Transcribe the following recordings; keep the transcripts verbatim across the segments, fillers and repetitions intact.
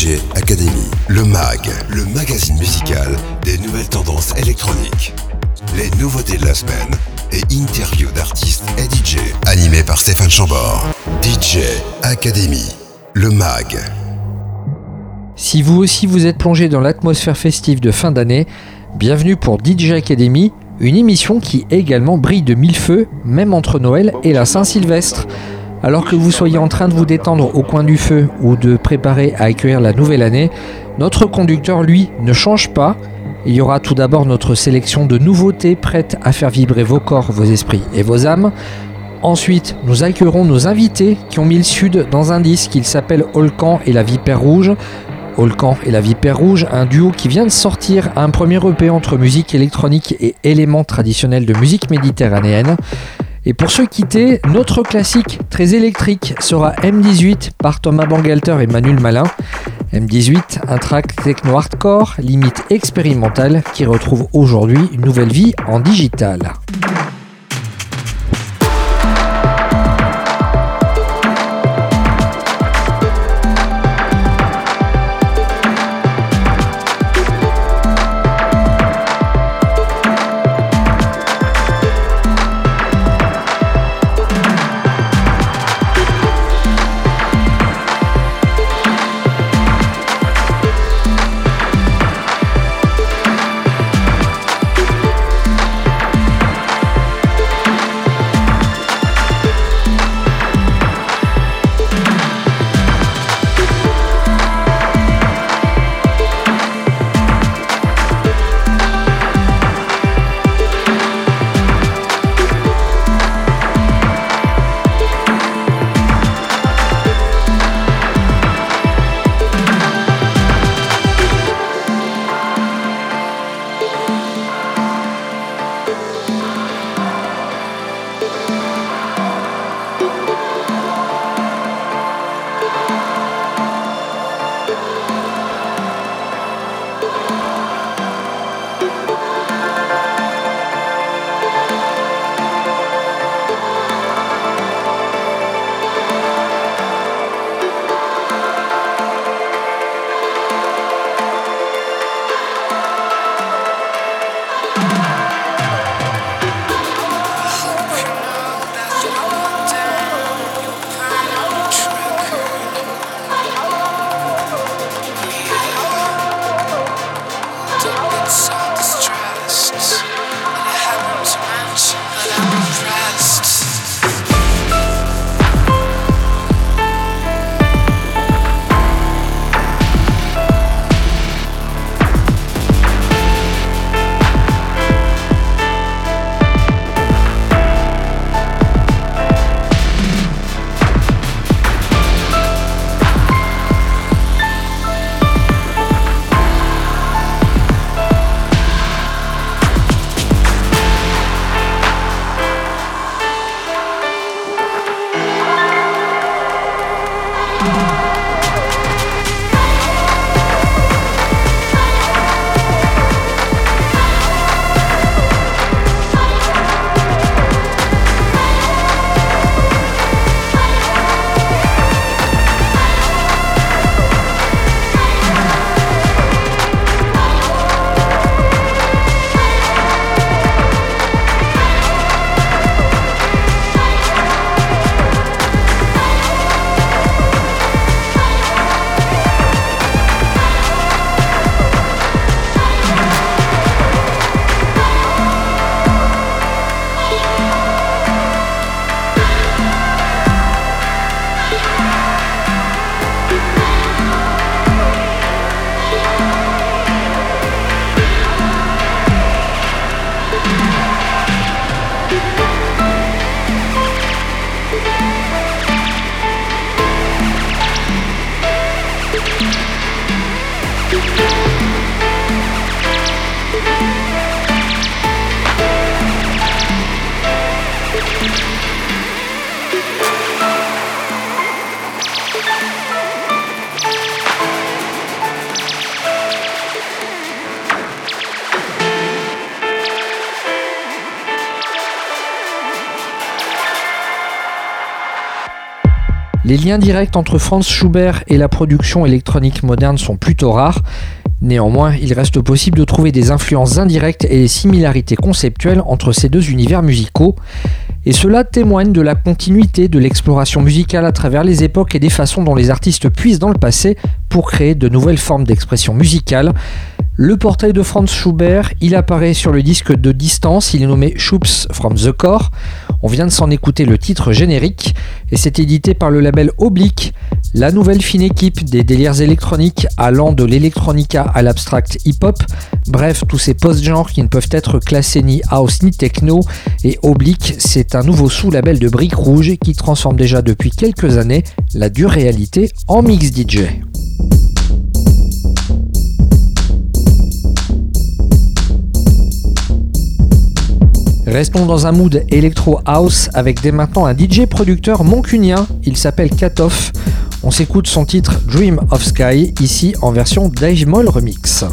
D J Academy, le mag, le magazine musical des nouvelles tendances électroniques. Les nouveautés de la semaine et interviews d'artistes et D J. Animé par Stéphane Chambord. D J Academy, le mag. Si vous aussi vous êtes plongé dans l'atmosphère festive de fin d'année, bienvenue pour D J Academy, une émission qui également brille de mille feux, même entre Noël et la Saint-Sylvestre. Alors que vous soyez en train de vous détendre au coin du feu ou de préparer à accueillir la nouvelle année, notre conducteur, lui, ne change pas. Il y aura tout d'abord notre sélection de nouveautés prêtes à faire vibrer vos corps, vos esprits et vos âmes. Ensuite, nous accueillerons nos invités qui ont mis le sud dans un disque qui s'appelle Holkan et la Vipère Rouge. Holkan et la Vipère Rouge, un duo qui vient de sortir un premier E P entre musique électronique et éléments traditionnels de musique méditerranéenne. Et pour se quitter, notre classique très électrique sera M dix-huit par Thomas Bangalter et Manuel Malin. M dix-huit, un track techno-hardcore, limite expérimental, qui retrouve aujourd'hui une nouvelle vie en digital. Les liens directs entre Franz Schubert et la production électronique moderne sont plutôt rares. Néanmoins, il reste possible de trouver des influences indirectes et des similarités conceptuelles entre ces deux univers musicaux. Et cela témoigne de la continuité de l'exploration musicale à travers les époques et des façons dont les artistes puisent dans le passé pour créer de nouvelles formes d'expression musicale. Le portrait de Franz Schubert, il apparaît sur le disque de Distance, il est nommé Schubs from the Core. On vient de s'en écouter le titre générique et c'est édité par le label Oblique, la nouvelle fine équipe des délires électroniques allant de l'électronica à l'abstract hip-hop. Bref, tous ces post-genres qui ne peuvent être classés ni house ni techno. Et Oblique, c'est un nouveau sous-label de briques rouges qui transforme déjà depuis quelques années la dure réalité en mix D J. Restons dans un mood électro house avec dès maintenant un D J producteur moncunien, il s'appelle Katoff. On s'écoute son titre Dream of Sky, ici en version Dave Moll Remix.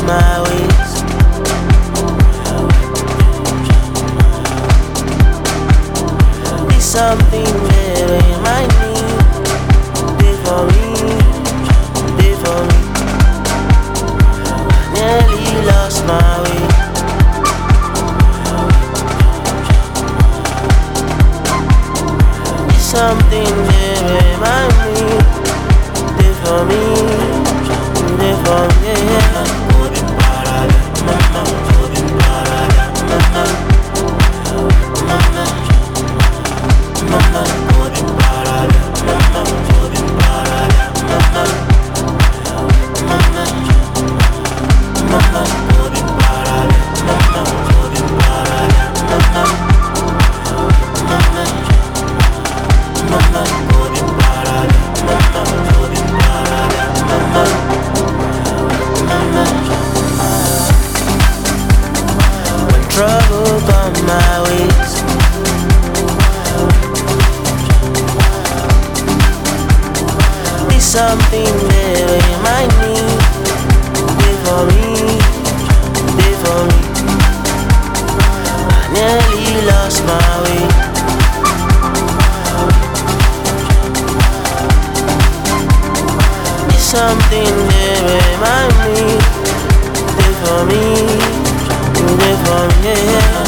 my waist. Be something that you might need. Be for me, be for me. I nearly lost my way. Be something that remind me. Be for me, be for me. Yeah. Trouble on my waist. Be something that you might need. Be for me, be for me. I nearly lost my way. Be something that remind me. Be for me. From, yeah.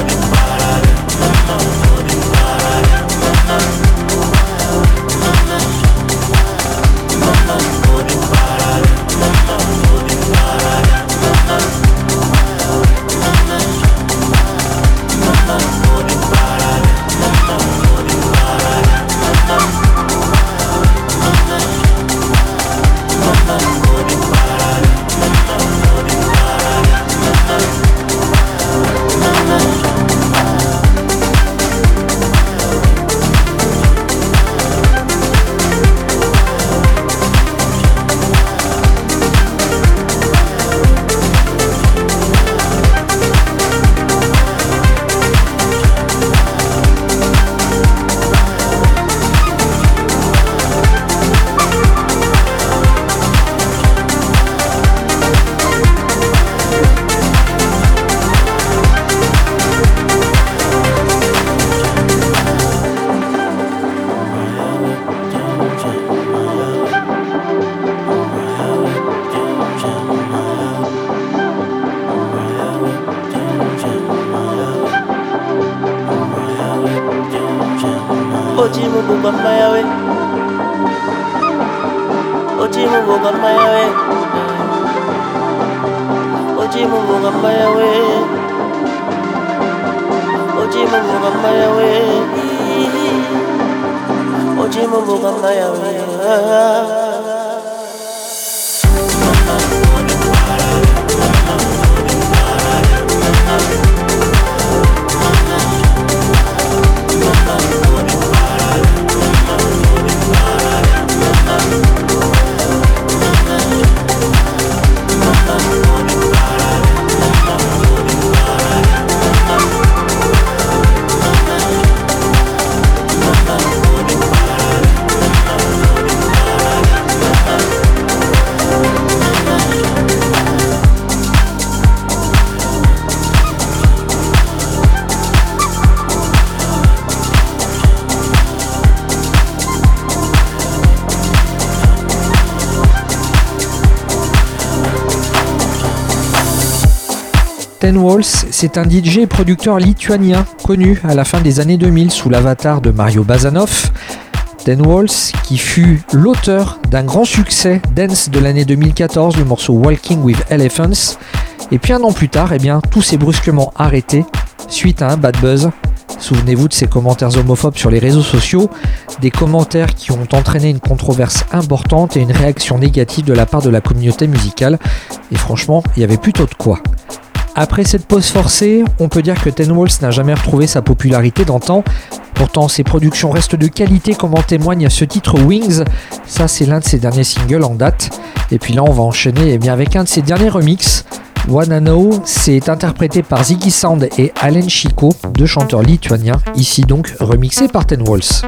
Ojimu bugamba yawe, Ojimu bugamba yawe, Ojimu bugamba yawe, Ojimu bugamba yawe, Ojimu bugamba yawe. Ten Walls, c'est un D J et producteur lituanien connu à la fin des années deux mille sous l'avatar de Mario Bazanov. Ten Walls, qui fut l'auteur d'un grand succès dance de l'année deux mille quatorze, le morceau Walking with Elephants. Et puis un an plus tard, eh bien, tout s'est brusquement arrêté suite à un bad buzz. Souvenez-vous de ces commentaires homophobes sur les réseaux sociaux, des commentaires qui ont entraîné une controverse importante et une réaction négative de la part de la communauté musicale. Et franchement, il y avait plutôt de quoi. Après cette pause forcée, on peut dire que Ten Walls n'a jamais retrouvé sa popularité d'antan. Pourtant, ses productions restent de qualité comme en témoigne ce titre Wings. Ça, c'est l'un de ses derniers singles en date. Et puis là, on va enchaîner eh bien, avec un de ses derniers remixes. Wanna Know, c'est interprété par Ziggy Sound et Allen Chico, deux chanteurs lituaniens, ici donc remixés par Ten Walls.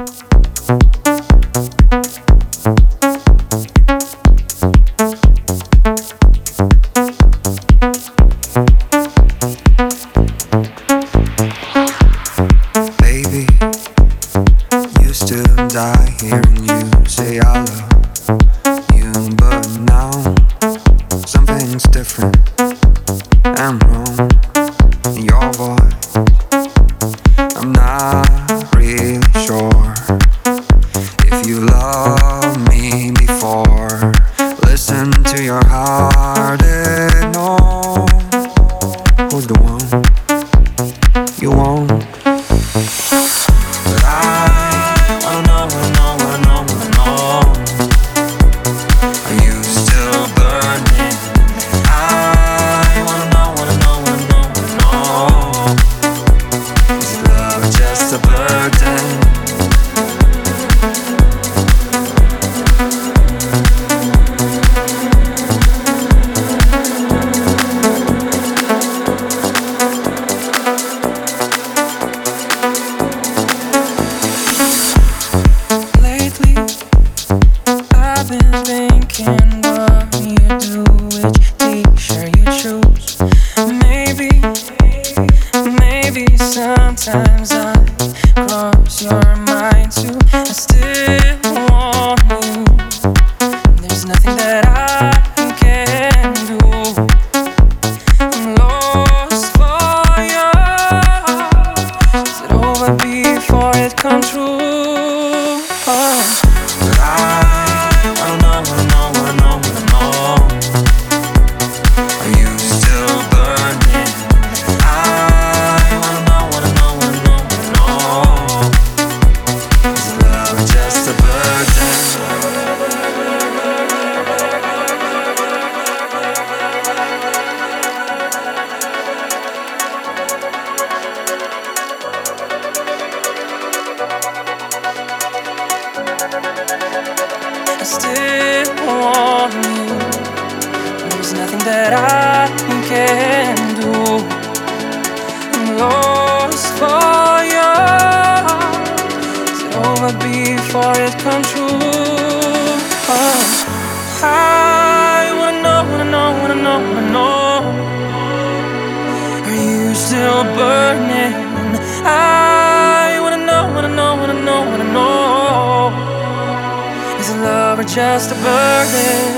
want you. There's nothing that I can do. I'm lost for you. Is it over before it comes true? Oh, I wanna know, wanna know, wanna know, wanna know. Are you still burning? I wanna know, wanna know, wanna know, wanna know. Is it love or just a burden?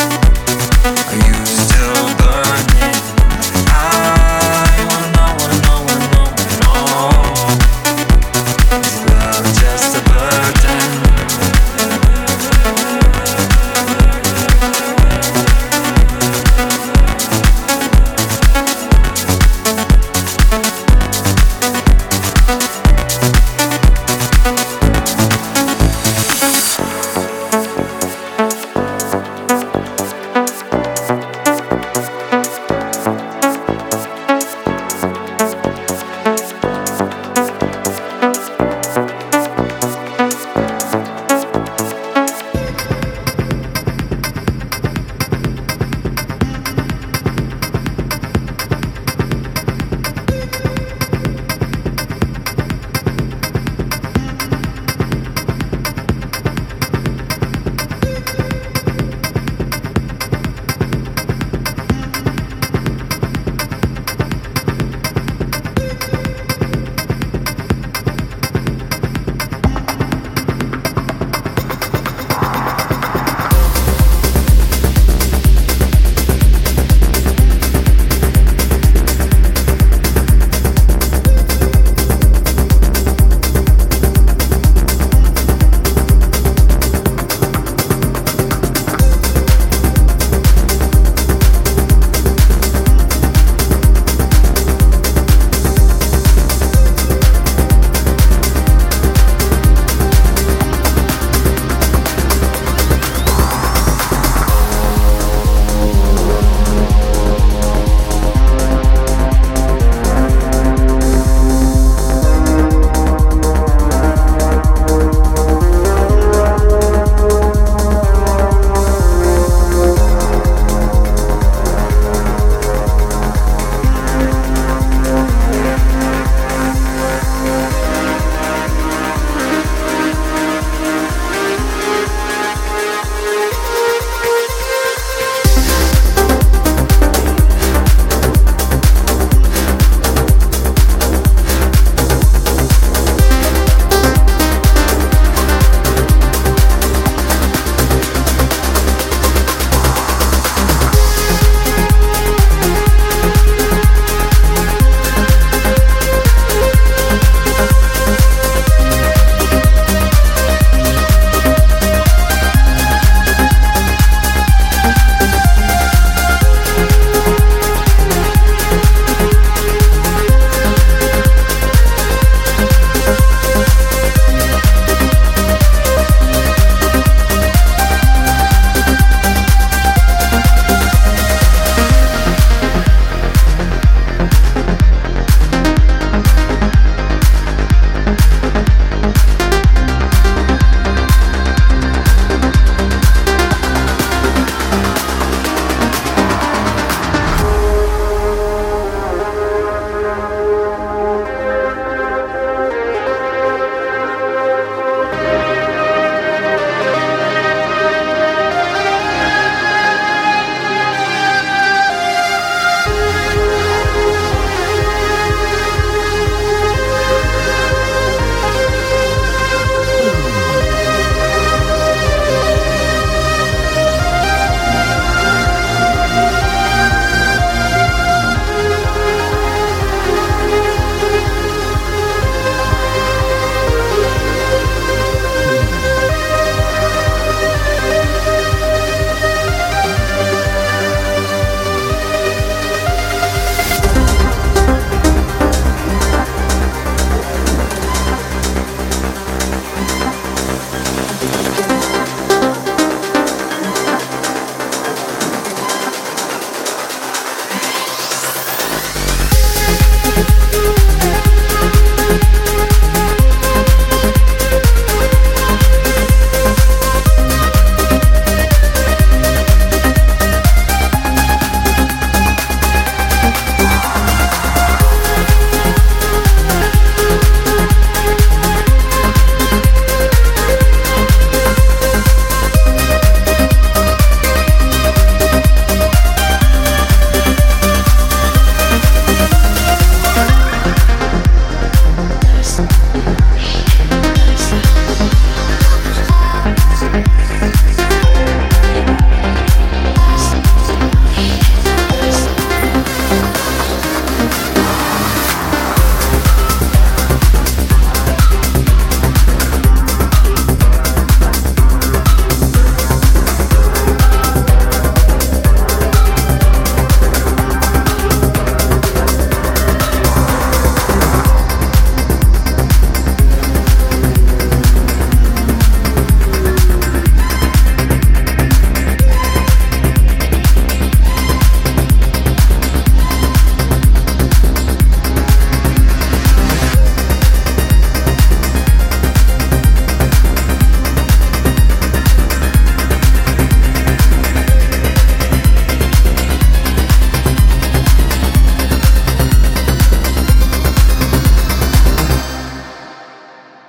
Are you still burning? I wanna know, wanna know.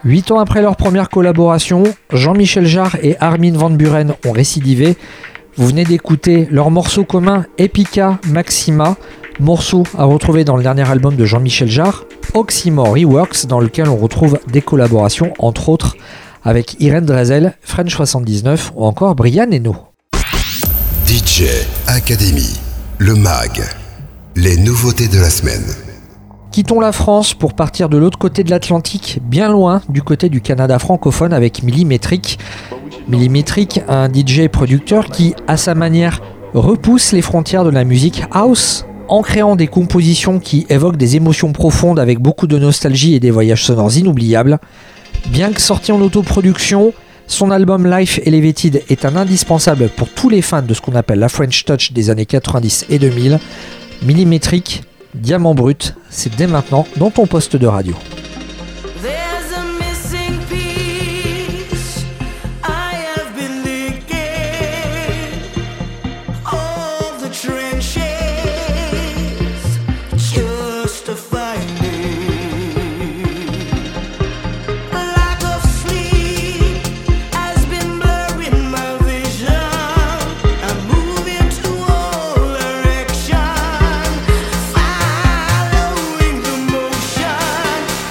Huit ans après leur première collaboration, Jean-Michel Jarre et Armin van Buuren ont récidivé. Vous venez d'écouter leur morceau commun Epica Maxima, morceau à retrouver dans le dernier album de Jean-Michel Jarre, Oxymore Reworks, dans lequel on retrouve des collaborations entre autres avec Irène Drezel, French soixante-dix-neuf ou encore Brian Eno. D J Academy, le mag, les nouveautés de la semaine. Quittons la France pour partir de l'autre côté de l'Atlantique, bien loin du côté du Canada francophone avec Millimetric. Millimetric, un D J producteur qui, à sa manière, repousse les frontières de la musique house en créant des compositions qui évoquent des émotions profondes avec beaucoup de nostalgie et des voyages sonores inoubliables. Bien que sorti en autoproduction, son album Life Elevated est un indispensable pour tous les fans de ce qu'on appelle la French Touch des années quatre-vingt-dix et deux mille. Millimetric, Diamant Brut, c'est dès maintenant dans ton poste de radio. Following the motion.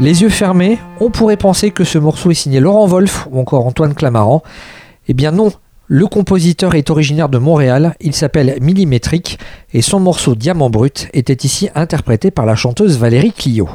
Les yeux fermés, on pourrait penser que ce morceau est signé Laurent Wolf ou encore Antoine Clamaran. Eh bien non, le compositeur est originaire de Montréal, il s'appelle Millimétrique et son morceau Diamant Brut était ici interprété par la chanteuse Valérie Clio.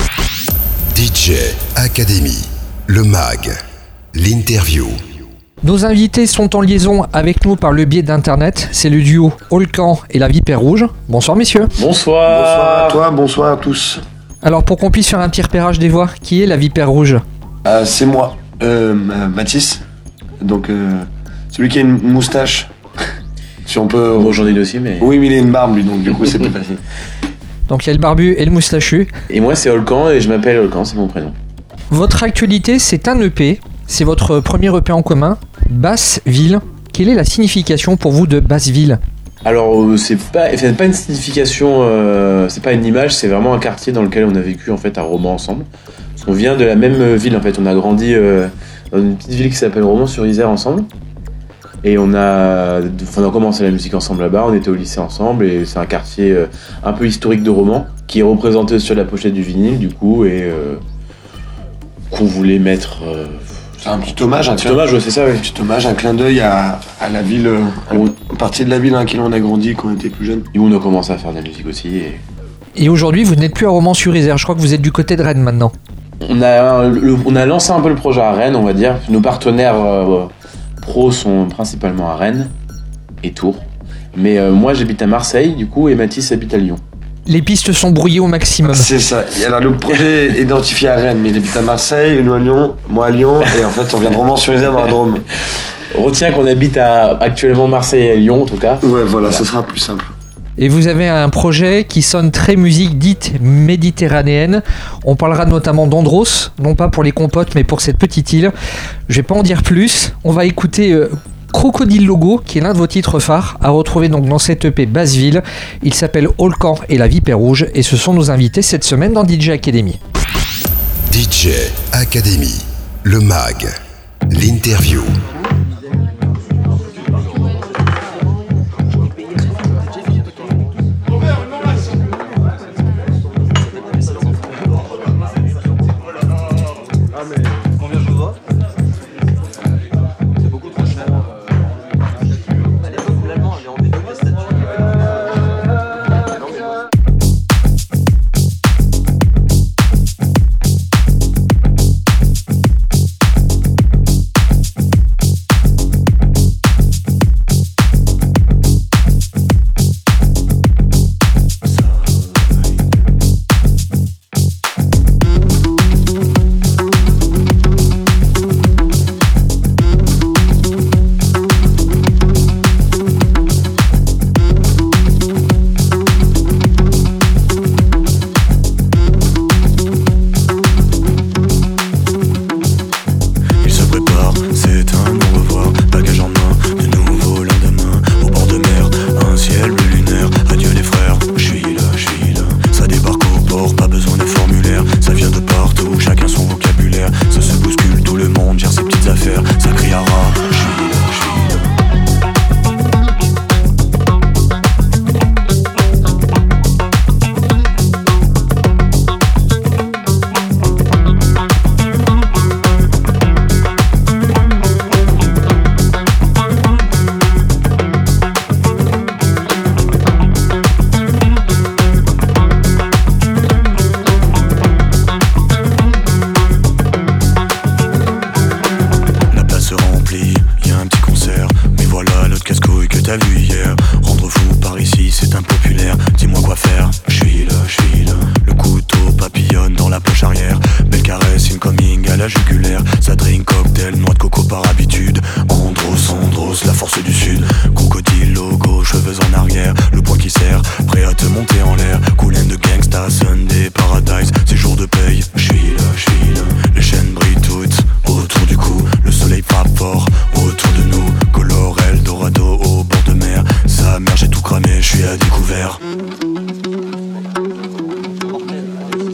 D J Academy, le mag, l'interview. Nos invités sont en liaison avec nous par le biais d'internet, c'est le duo Holkan et la Vipère Rouge. Bonsoir messieurs. Bonsoir. Bonsoir à toi, bonsoir à tous. Alors pour qu'on puisse faire un petit repérage des voix, qui est la Vipère Rouge ? Euh, c'est moi, euh, Mathis, donc euh, celui qui a une moustache. Si on peut... Bon, j'en ai aussi, mais... Oui, mais il a une barbe lui, donc du coup c'est plus facile. Donc il y a le barbu et le moustachu. Et moi c'est Holkan et je m'appelle Holkan, c'est mon prénom. Votre actualité, c'est un E P, c'est votre premier E P en commun, Basseville. Quelle est la signification pour vous de Basseville ? Alors euh, c'est pas, c'est pas une signification, euh, c'est pas une image, c'est vraiment un quartier dans lequel on a vécu en fait à Romans ensemble. Parce qu'on vient de la même ville en fait, on a grandi euh, dans une petite ville qui s'appelle Romans-sur-Isère ensemble. Et on a, on a commencé la musique ensemble là-bas, on était au lycée ensemble et c'est un quartier euh, un peu historique de Romans qui est représenté sur la pochette du vinyle du coup et euh, qu'on voulait mettre... Euh, C'est un petit hommage, un petit hommage, ouais, c'est ça, oui. Un petit hommage, un clin d'œil à, à la ville, à une partie de la ville à laquelle on a grandi quand on était plus jeune. Et où on a commencé à faire de la musique aussi. Et, et aujourd'hui, vous n'êtes plus à Romans-sur-Isère, je crois que vous êtes du côté de Rennes maintenant. On a, le, on a lancé un peu le projet à Rennes, on va dire. Nos partenaires euh, pros sont principalement à Rennes et Tours. Mais euh, moi j'habite à Marseille, du coup, et Mathis habite à Lyon. Les pistes sont brouillées au maximum. C'est ça. Et alors le projet est identifié à Rennes, mais il habite à Marseille, nous à Lyon, moi à Lyon, et en fait on vient de Romans-sur-Isère dans la Drôme. Retiens qu'on habite à, actuellement Marseille et Lyon en tout cas. Ouais, voilà, voilà, ce sera plus simple. Et vous avez un projet qui sonne très musique dite méditerranéenne. On parlera notamment d'Andros, non pas pour les compotes, mais pour cette petite île. Je vais pas en dire plus. On va écouter... Euh, Crocodile Logo, qui est l'un de vos titres phares, à retrouver donc dans cette E P Basseville. Il s'appelle Holkan et la Vipère Rouge et ce sont nos invités cette semaine dans D J Academy. D J Academy, le mag, l'interview.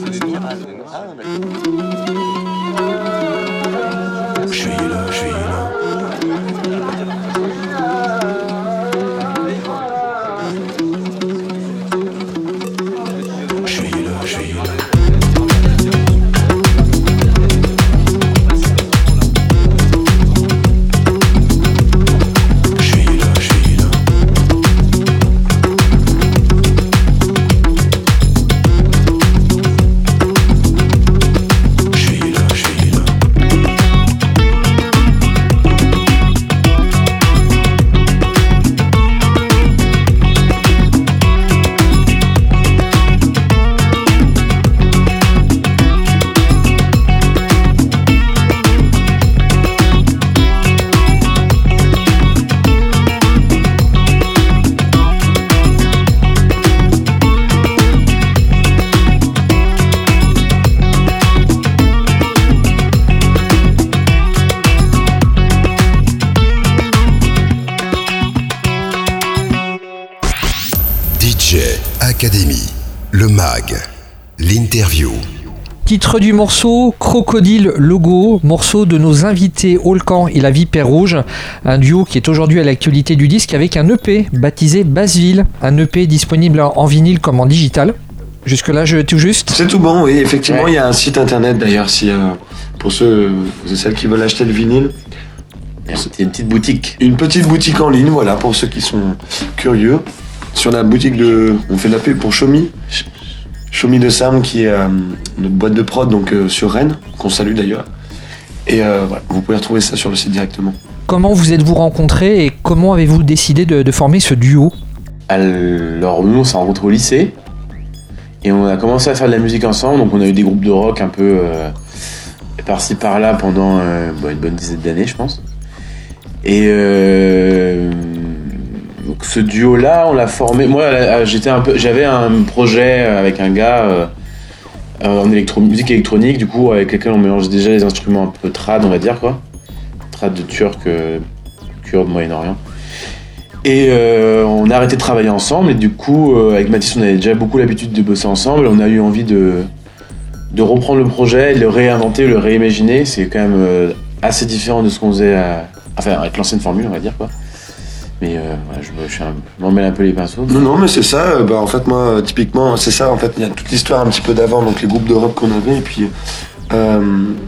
Je suis là, je suis là. Academy, le mag, l'interview. Titre du morceau, Crocodile Logo, morceau de nos invités Holkan et la Vipère Rouge, un duo qui est aujourd'hui à l'actualité du disque avec un E P baptisé Basseville, un E P disponible en vinyle comme en digital. Jusque-là, je tout juste. C'est tout bon, oui, effectivement, Ouais. il y a un site internet d'ailleurs, si, euh, pour ceux et celles qui veulent acheter le vinyle. C'est une petite boutique. Une petite boutique en ligne, voilà, pour ceux qui sont curieux. Sur la boutique de. On fait de la pub pour Xiaomi. Xiaomi de Sam, qui est euh, notre boîte de prod, donc euh, sur Rennes, qu'on salue d'ailleurs. Et euh, voilà, vous pouvez retrouver ça sur le site directement. Comment vous êtes-vous rencontrés et comment avez-vous décidé de, de former ce duo ? Alors, nous, on s'est rencontrés au lycée. Et on a commencé à faire de la musique ensemble. Donc, on a eu des groupes de rock un peu euh, par-ci par-là pendant euh, bon, une bonne dizaine d'années, je pense. Et euh, donc ce duo-là, on l'a formé. Moi, là, j'étais un peu, j'avais un projet avec un gars euh, en électro, musique électronique, du coup, avec lequel on mélange déjà les instruments un peu trad, on va dire, quoi. Trad de turc, euh, kurde, Moyen-Orient. Et euh, on a arrêté de travailler ensemble. Et du coup, euh, avec Mathis, on avait déjà beaucoup l'habitude de bosser ensemble. On a eu envie de, de reprendre le projet, de le réinventer, le réimaginer. C'est quand même euh, assez différent de ce qu'on faisait à, enfin, avec l'ancienne formule, on va dire, quoi. Mais euh, voilà, je, je, suis un, je m'en mêle un peu les pinceaux. Non, non, mais c'est ça. euh, Bah, en fait, moi, euh, typiquement, c'est ça. En fait, il y a toute l'histoire un petit peu d'avant, donc les groupes de rock qu'on avait. Et puis, euh,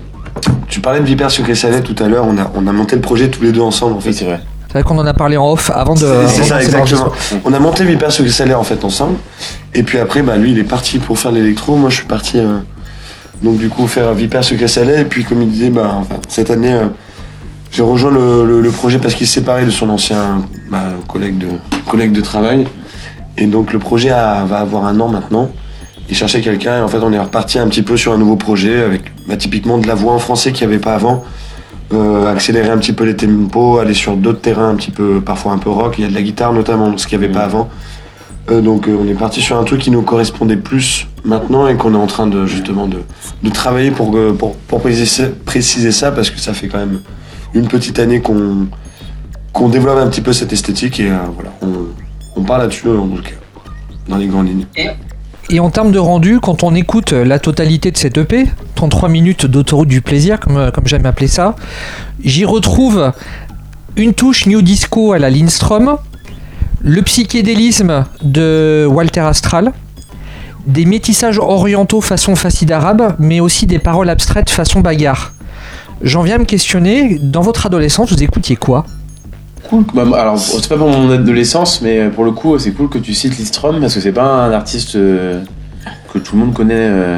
tu parlais de Vipère Sucré Salé tout à l'heure. On a, on a monté le projet tous les deux ensemble, en fait. Oui, c'est vrai. C'est vrai qu'on en a parlé en off avant de... C'est, avant c'est de ça, lancer exactement. l'enregistrement. On a monté Vipère Sucré Salé en fait ensemble. Et puis après, bah, lui, il est parti pour faire l'électro. Moi, je suis parti, euh, donc du coup, faire Vipère Sucré Salé. Et puis, comme il disait, bah, enfin, cette année, euh, j'ai rejoint le, le, le projet parce qu'il s'est séparé de son ancien bah, collègue, de, collègue de travail. Et donc, le projet a, va avoir un an maintenant. Il cherchait quelqu'un et en fait, on est reparti un petit peu sur un nouveau projet avec bah, typiquement de la voix en français qu'il n'y avait pas avant. Euh, accélérer un petit peu les tempos, aller sur d'autres terrains un petit peu, parfois un peu rock. Il y a de la guitare notamment, ce qu'il n'y avait pas avant. Euh, donc euh, on est parti sur un truc qui nous correspondait plus maintenant et qu'on est en train de justement de, de travailler pour, euh, pour, pour préciser, préciser ça parce que ça fait quand même une petite année qu'on, qu'on développe un petit peu cette esthétique et euh, voilà, on, on parle là-dessus en tout cas, dans les grandes lignes. Et en termes de rendu, quand on écoute la totalité de cette E P, trente-trois minutes d'autoroute du plaisir, comme, comme j'aime appeler ça, j'y retrouve une touche new disco à la Lindstrom, le psychédélisme de Walter Astral, des métissages orientaux façon facile arabe, mais aussi des paroles abstraites façon bagarre. J'en viens à me questionner, dans votre adolescence, vous écoutiez quoi ? Cool. Bah, alors, c'est pas pour mon adolescence, mais pour le coup, c'est cool que tu cites Lindstrom parce que c'est pas un artiste euh, que tout le monde connaît. Euh,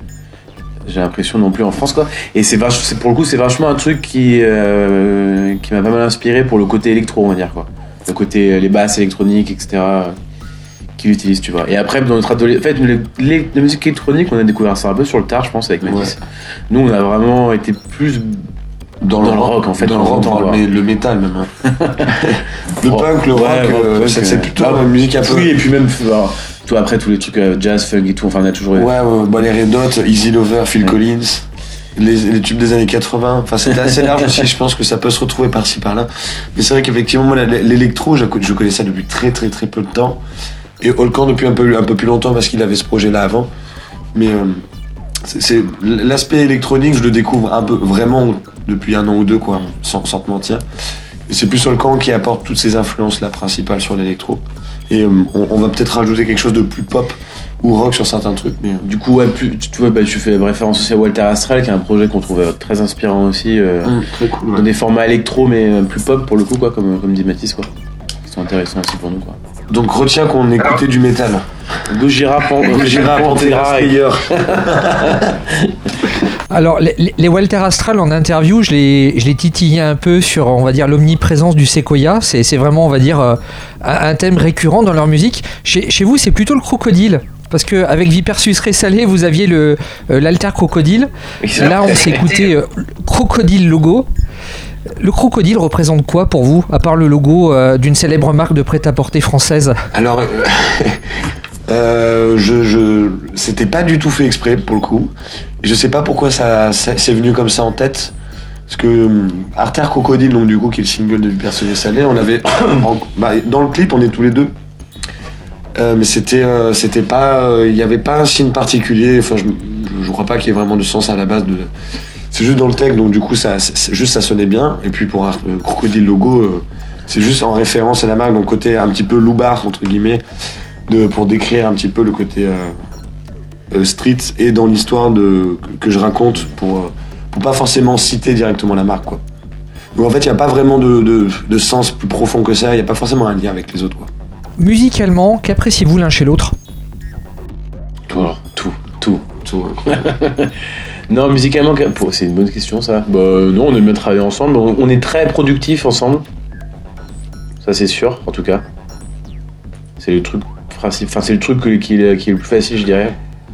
j'ai l'impression non plus en France, quoi. Et c'est, vach- c'est pour le coup, c'est vachement un truc qui euh, qui m'a pas mal inspiré pour le côté électro, on va dire, quoi. Le côté les basses électroniques, et cetera. Qu'il utilise, tu vois. Et après, dans notre adolescence, en fait, les, les, la musique électronique, on a découvert ça un peu sur le tard, je pense, avec Mathis. Ouais. Nous, on a vraiment été plus Dans, dans le rock, rock en fait, dans le rock, dans le, le métal même. Hein. le rock, punk, le rock, ouais, euh, rock c'est, euh, c'est plutôt ah, la musique un peu. Oui, et puis même, alors, tout après tous les trucs euh, jazz, funk et tout, enfin on a toujours. Ouais, ouais, bah, les Red Hot, Easy Lover, Phil ouais. Collins, les, les tubes des années quatre-vingts. Enfin, c'était assez large aussi. Je pense que ça peut se retrouver par-ci par-là. Mais c'est vrai qu'effectivement, moi, l'électro, je, je connais ça depuis très, très, très peu de temps. Et Holkan depuis un peu, un peu plus longtemps parce qu'il avait ce projet-là avant. Mais euh, c'est, c'est l'aspect électronique, je le découvre un peu vraiment depuis un an ou deux, quoi, sans, sans te mentir. Et c'est plus Holkan qui apporte toutes ces influences-là principales sur l'électro. Et euh, on, on va peut-être rajouter quelque chose de plus pop ou rock sur certains trucs. Mais euh, du coup, ouais, plus, tu vois, bah, je fais référence aussi à Walter Astral, qui est un projet qu'on trouvait très inspirant aussi, euh, mmh, très cool, ouais. Dans des formats électro, mais plus pop pour le coup, quoi, comme, comme dit Mathis, quoi. Qui sont intéressants aussi pour nous, quoi. Donc retiens qu'on écoutait du métal. Gojira, Gojira, Pantera, ailleurs. Alors, les, les Walter Astral en interview, je les, je les titillais un peu sur, on va dire, l'omniprésence du séquoia. C'est, c'est vraiment, on va dire, un, un thème récurrent dans leur musique. Chez, chez vous, c'est plutôt le crocodile. Parce qu'avec Vipère Sucré Salé, vous aviez le, euh, l'alter crocodile. Là, on s'est écouté euh, Crocodile Logo. Le crocodile représente quoi pour vous, à part le logo euh, d'une célèbre marque de prêt-à-porter française ? Alors, euh, euh, je, je, c'était pas du tout fait exprès pour le coup. Je sais pas pourquoi ça, ça c'est venu comme ça en tête. Parce que euh, Artère Crocodile, donc du coup, qui est le single de Vipère Sucré Salé, on avait en, bah, dans le clip, on est tous les deux. Euh, mais c'était, euh, c'était pas, il euh, n'y avait pas un signe particulier. Enfin, je, je crois pas qu'il y ait vraiment de sens à la base de. C'est juste dans le texte, donc du coup, ça, c'est, juste ça sonnait bien. Et puis pour un euh, Crocodile Logo, euh, c'est juste en référence à la marque, donc côté un petit peu loupard entre guillemets, de, pour décrire un petit peu le côté euh, euh, street et dans l'histoire de que, que je raconte pour euh, pour pas forcément citer directement la marque, quoi. Donc en fait, il n'y a pas vraiment de, de, de sens plus profond que ça. Il n'y a pas forcément un lien avec les autres, quoi. Musicalement, qu'appréciez-vous l'un chez l'autre? Tout, alors, tout, tout. Tout, Non, musicalement, c'est une bonne question, ça. Bah, non, on aime bien travailler ensemble. On est très productifs ensemble. Ça, c'est sûr, en tout cas. C'est le truc, enfin, c'est le truc qui est, qui est le plus facile, je dirais.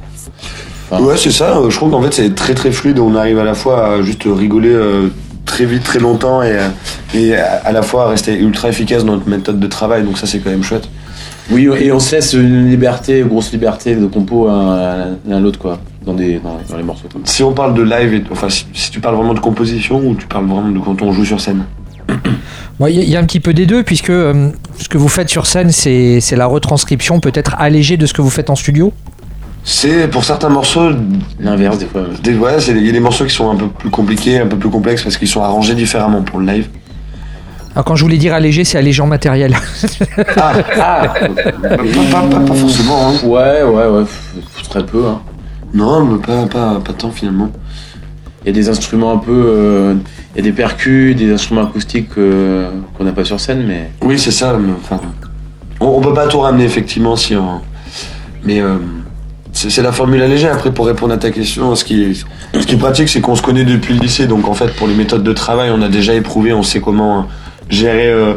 Enfin, ouais, c'est ça. Je trouve qu'en fait, c'est très très fluide. On arrive à la fois à juste rigoler euh, très vite, très longtemps, et, et à la fois à rester ultra efficace dans notre méthode de travail. Donc ça, c'est quand même chouette. Oui, et on se laisse une liberté, une grosse liberté de compo l'un à l'autre, quoi, dans, des, dans, dans les morceaux. Si on parle de live, et, enfin, si, si tu parles vraiment de composition ou tu parles vraiment de quand on joue sur scène? Il bon, y, y a un petit peu des deux, puisque euh, ce que vous faites sur scène, c'est, c'est la retranscription peut-être allégée de ce que vous faites en studio. C'est pour certains morceaux l'inverse des fois. Des, ouais, il y a des morceaux qui sont un peu plus compliqués, un peu plus complexes parce qu'ils sont arrangés différemment pour le live. Alors quand je voulais dire allégé, c'est allégé en matériel. Ah, ah pas, pas, pas, pas forcément. Hein. Ouais, ouais, ouais, très peu. Hein. Non, mais pas, pas, pas tant finalement. Il y a des instruments un peu, euh, il y a des percus, des instruments acoustiques euh, qu'on n'a pas sur scène, mais. Oui, c'est ça. Mais, enfin, on, on peut pas tout ramener effectivement si on. Mais euh, c'est, c'est la formule allégée. Après, pour répondre à ta question, ce qui est, ce qui est pratique, c'est qu'on se connaît depuis le lycée, donc en fait, pour les méthodes de travail, on a déjà éprouvé, on sait comment gérer euh,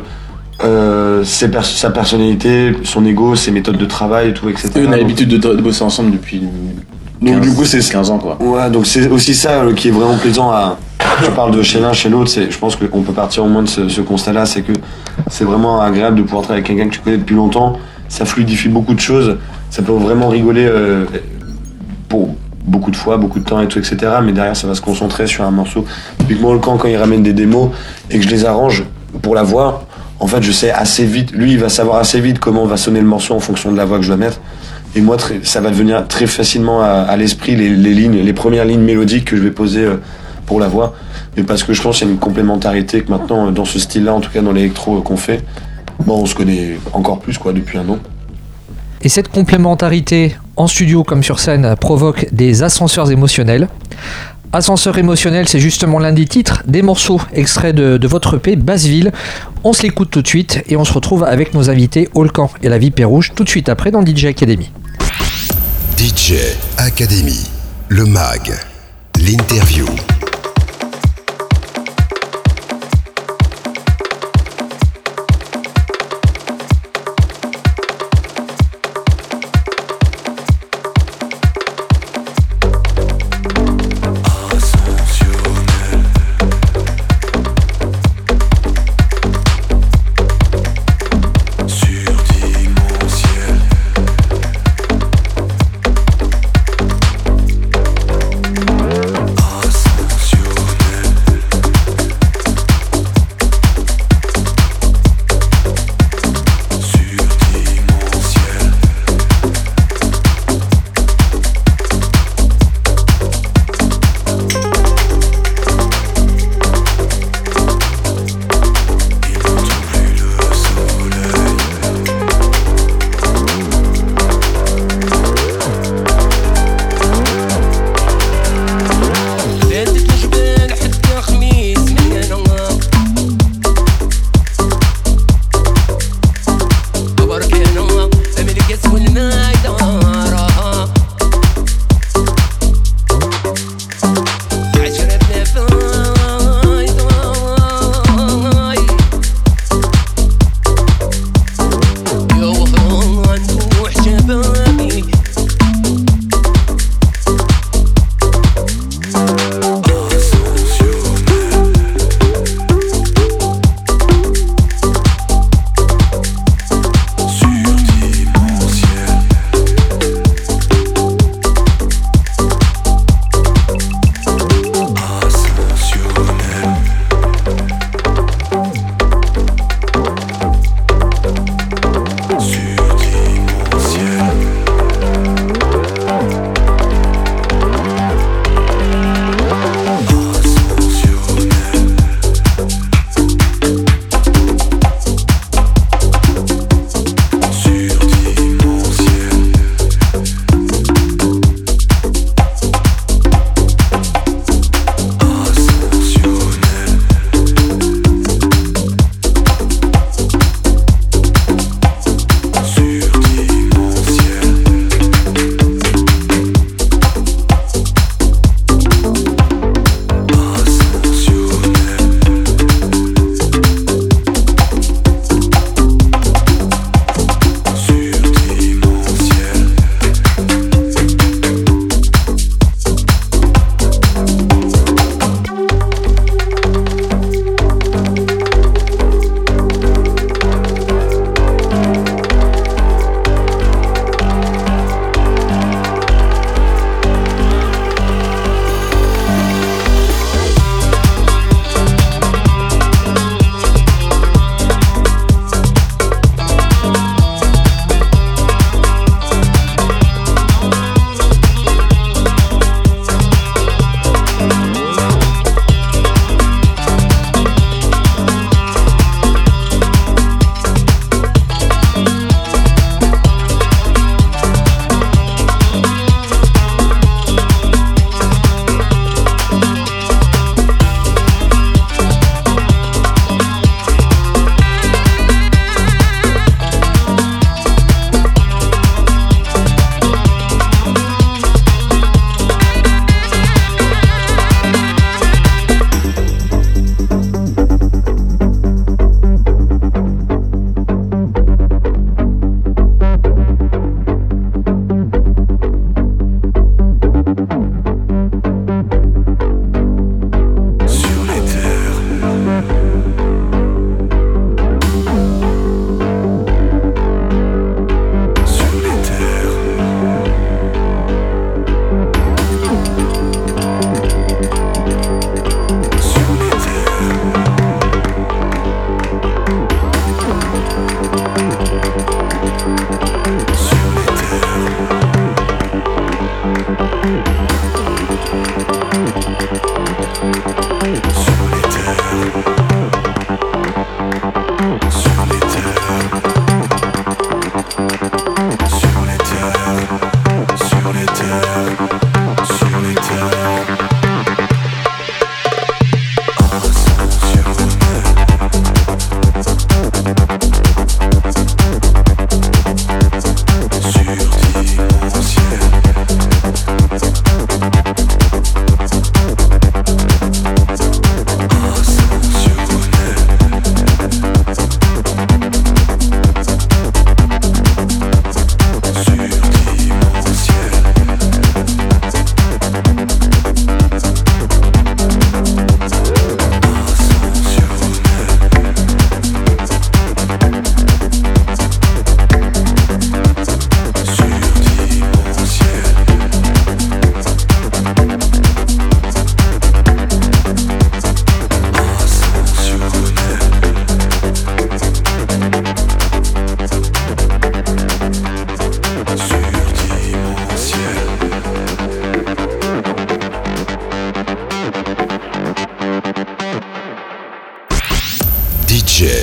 euh, ses pers- sa personnalité, son ego, ses méthodes de travail et tout, et cetera. Et on a l'habitude de, de bosser ensemble depuis quinze, donc, du coup, c'est quinze ans, quoi. Ouais, donc c'est aussi ça euh, qui est vraiment plaisant à. Je parle de chez l'un, chez l'autre, c'est, je pense qu'on peut partir au moins de ce, ce constat-là, c'est que c'est vraiment agréable de pouvoir travailler avec quelqu'un que tu connais depuis longtemps, ça fluidifie beaucoup de choses, ça peut vraiment rigoler euh, pour beaucoup de fois, beaucoup de temps et tout, et cetera. Mais derrière, ça va se concentrer sur un morceau. Typiquement, le camp, quand il ramène des démos et que je les arrange pour la voix, en fait, je sais assez vite, lui, il va savoir assez vite comment va sonner le morceau en fonction de la voix que je dois mettre. Et moi, très, ça va devenir très facilement à, à l'esprit les, les lignes, les premières lignes mélodiques que je vais poser euh, pour la voix. Et parce que je pense qu'il y a une complémentarité que maintenant, dans ce style-là, en tout cas dans l'électro qu'on fait, bon, on se connaît encore plus, quoi, depuis un an. Et cette complémentarité, en studio comme sur scène, provoque des ascenseurs émotionnels. Ascenseur émotionnel, c'est justement l'un des titres des morceaux extraits de, de votre E P, Basseville. On se l'écoute tout de suite et on se retrouve avec nos invités Holkan et la Vipère Rouge tout de suite après dans D J Academy. D J Academy, le mag, l'interview. Awesome.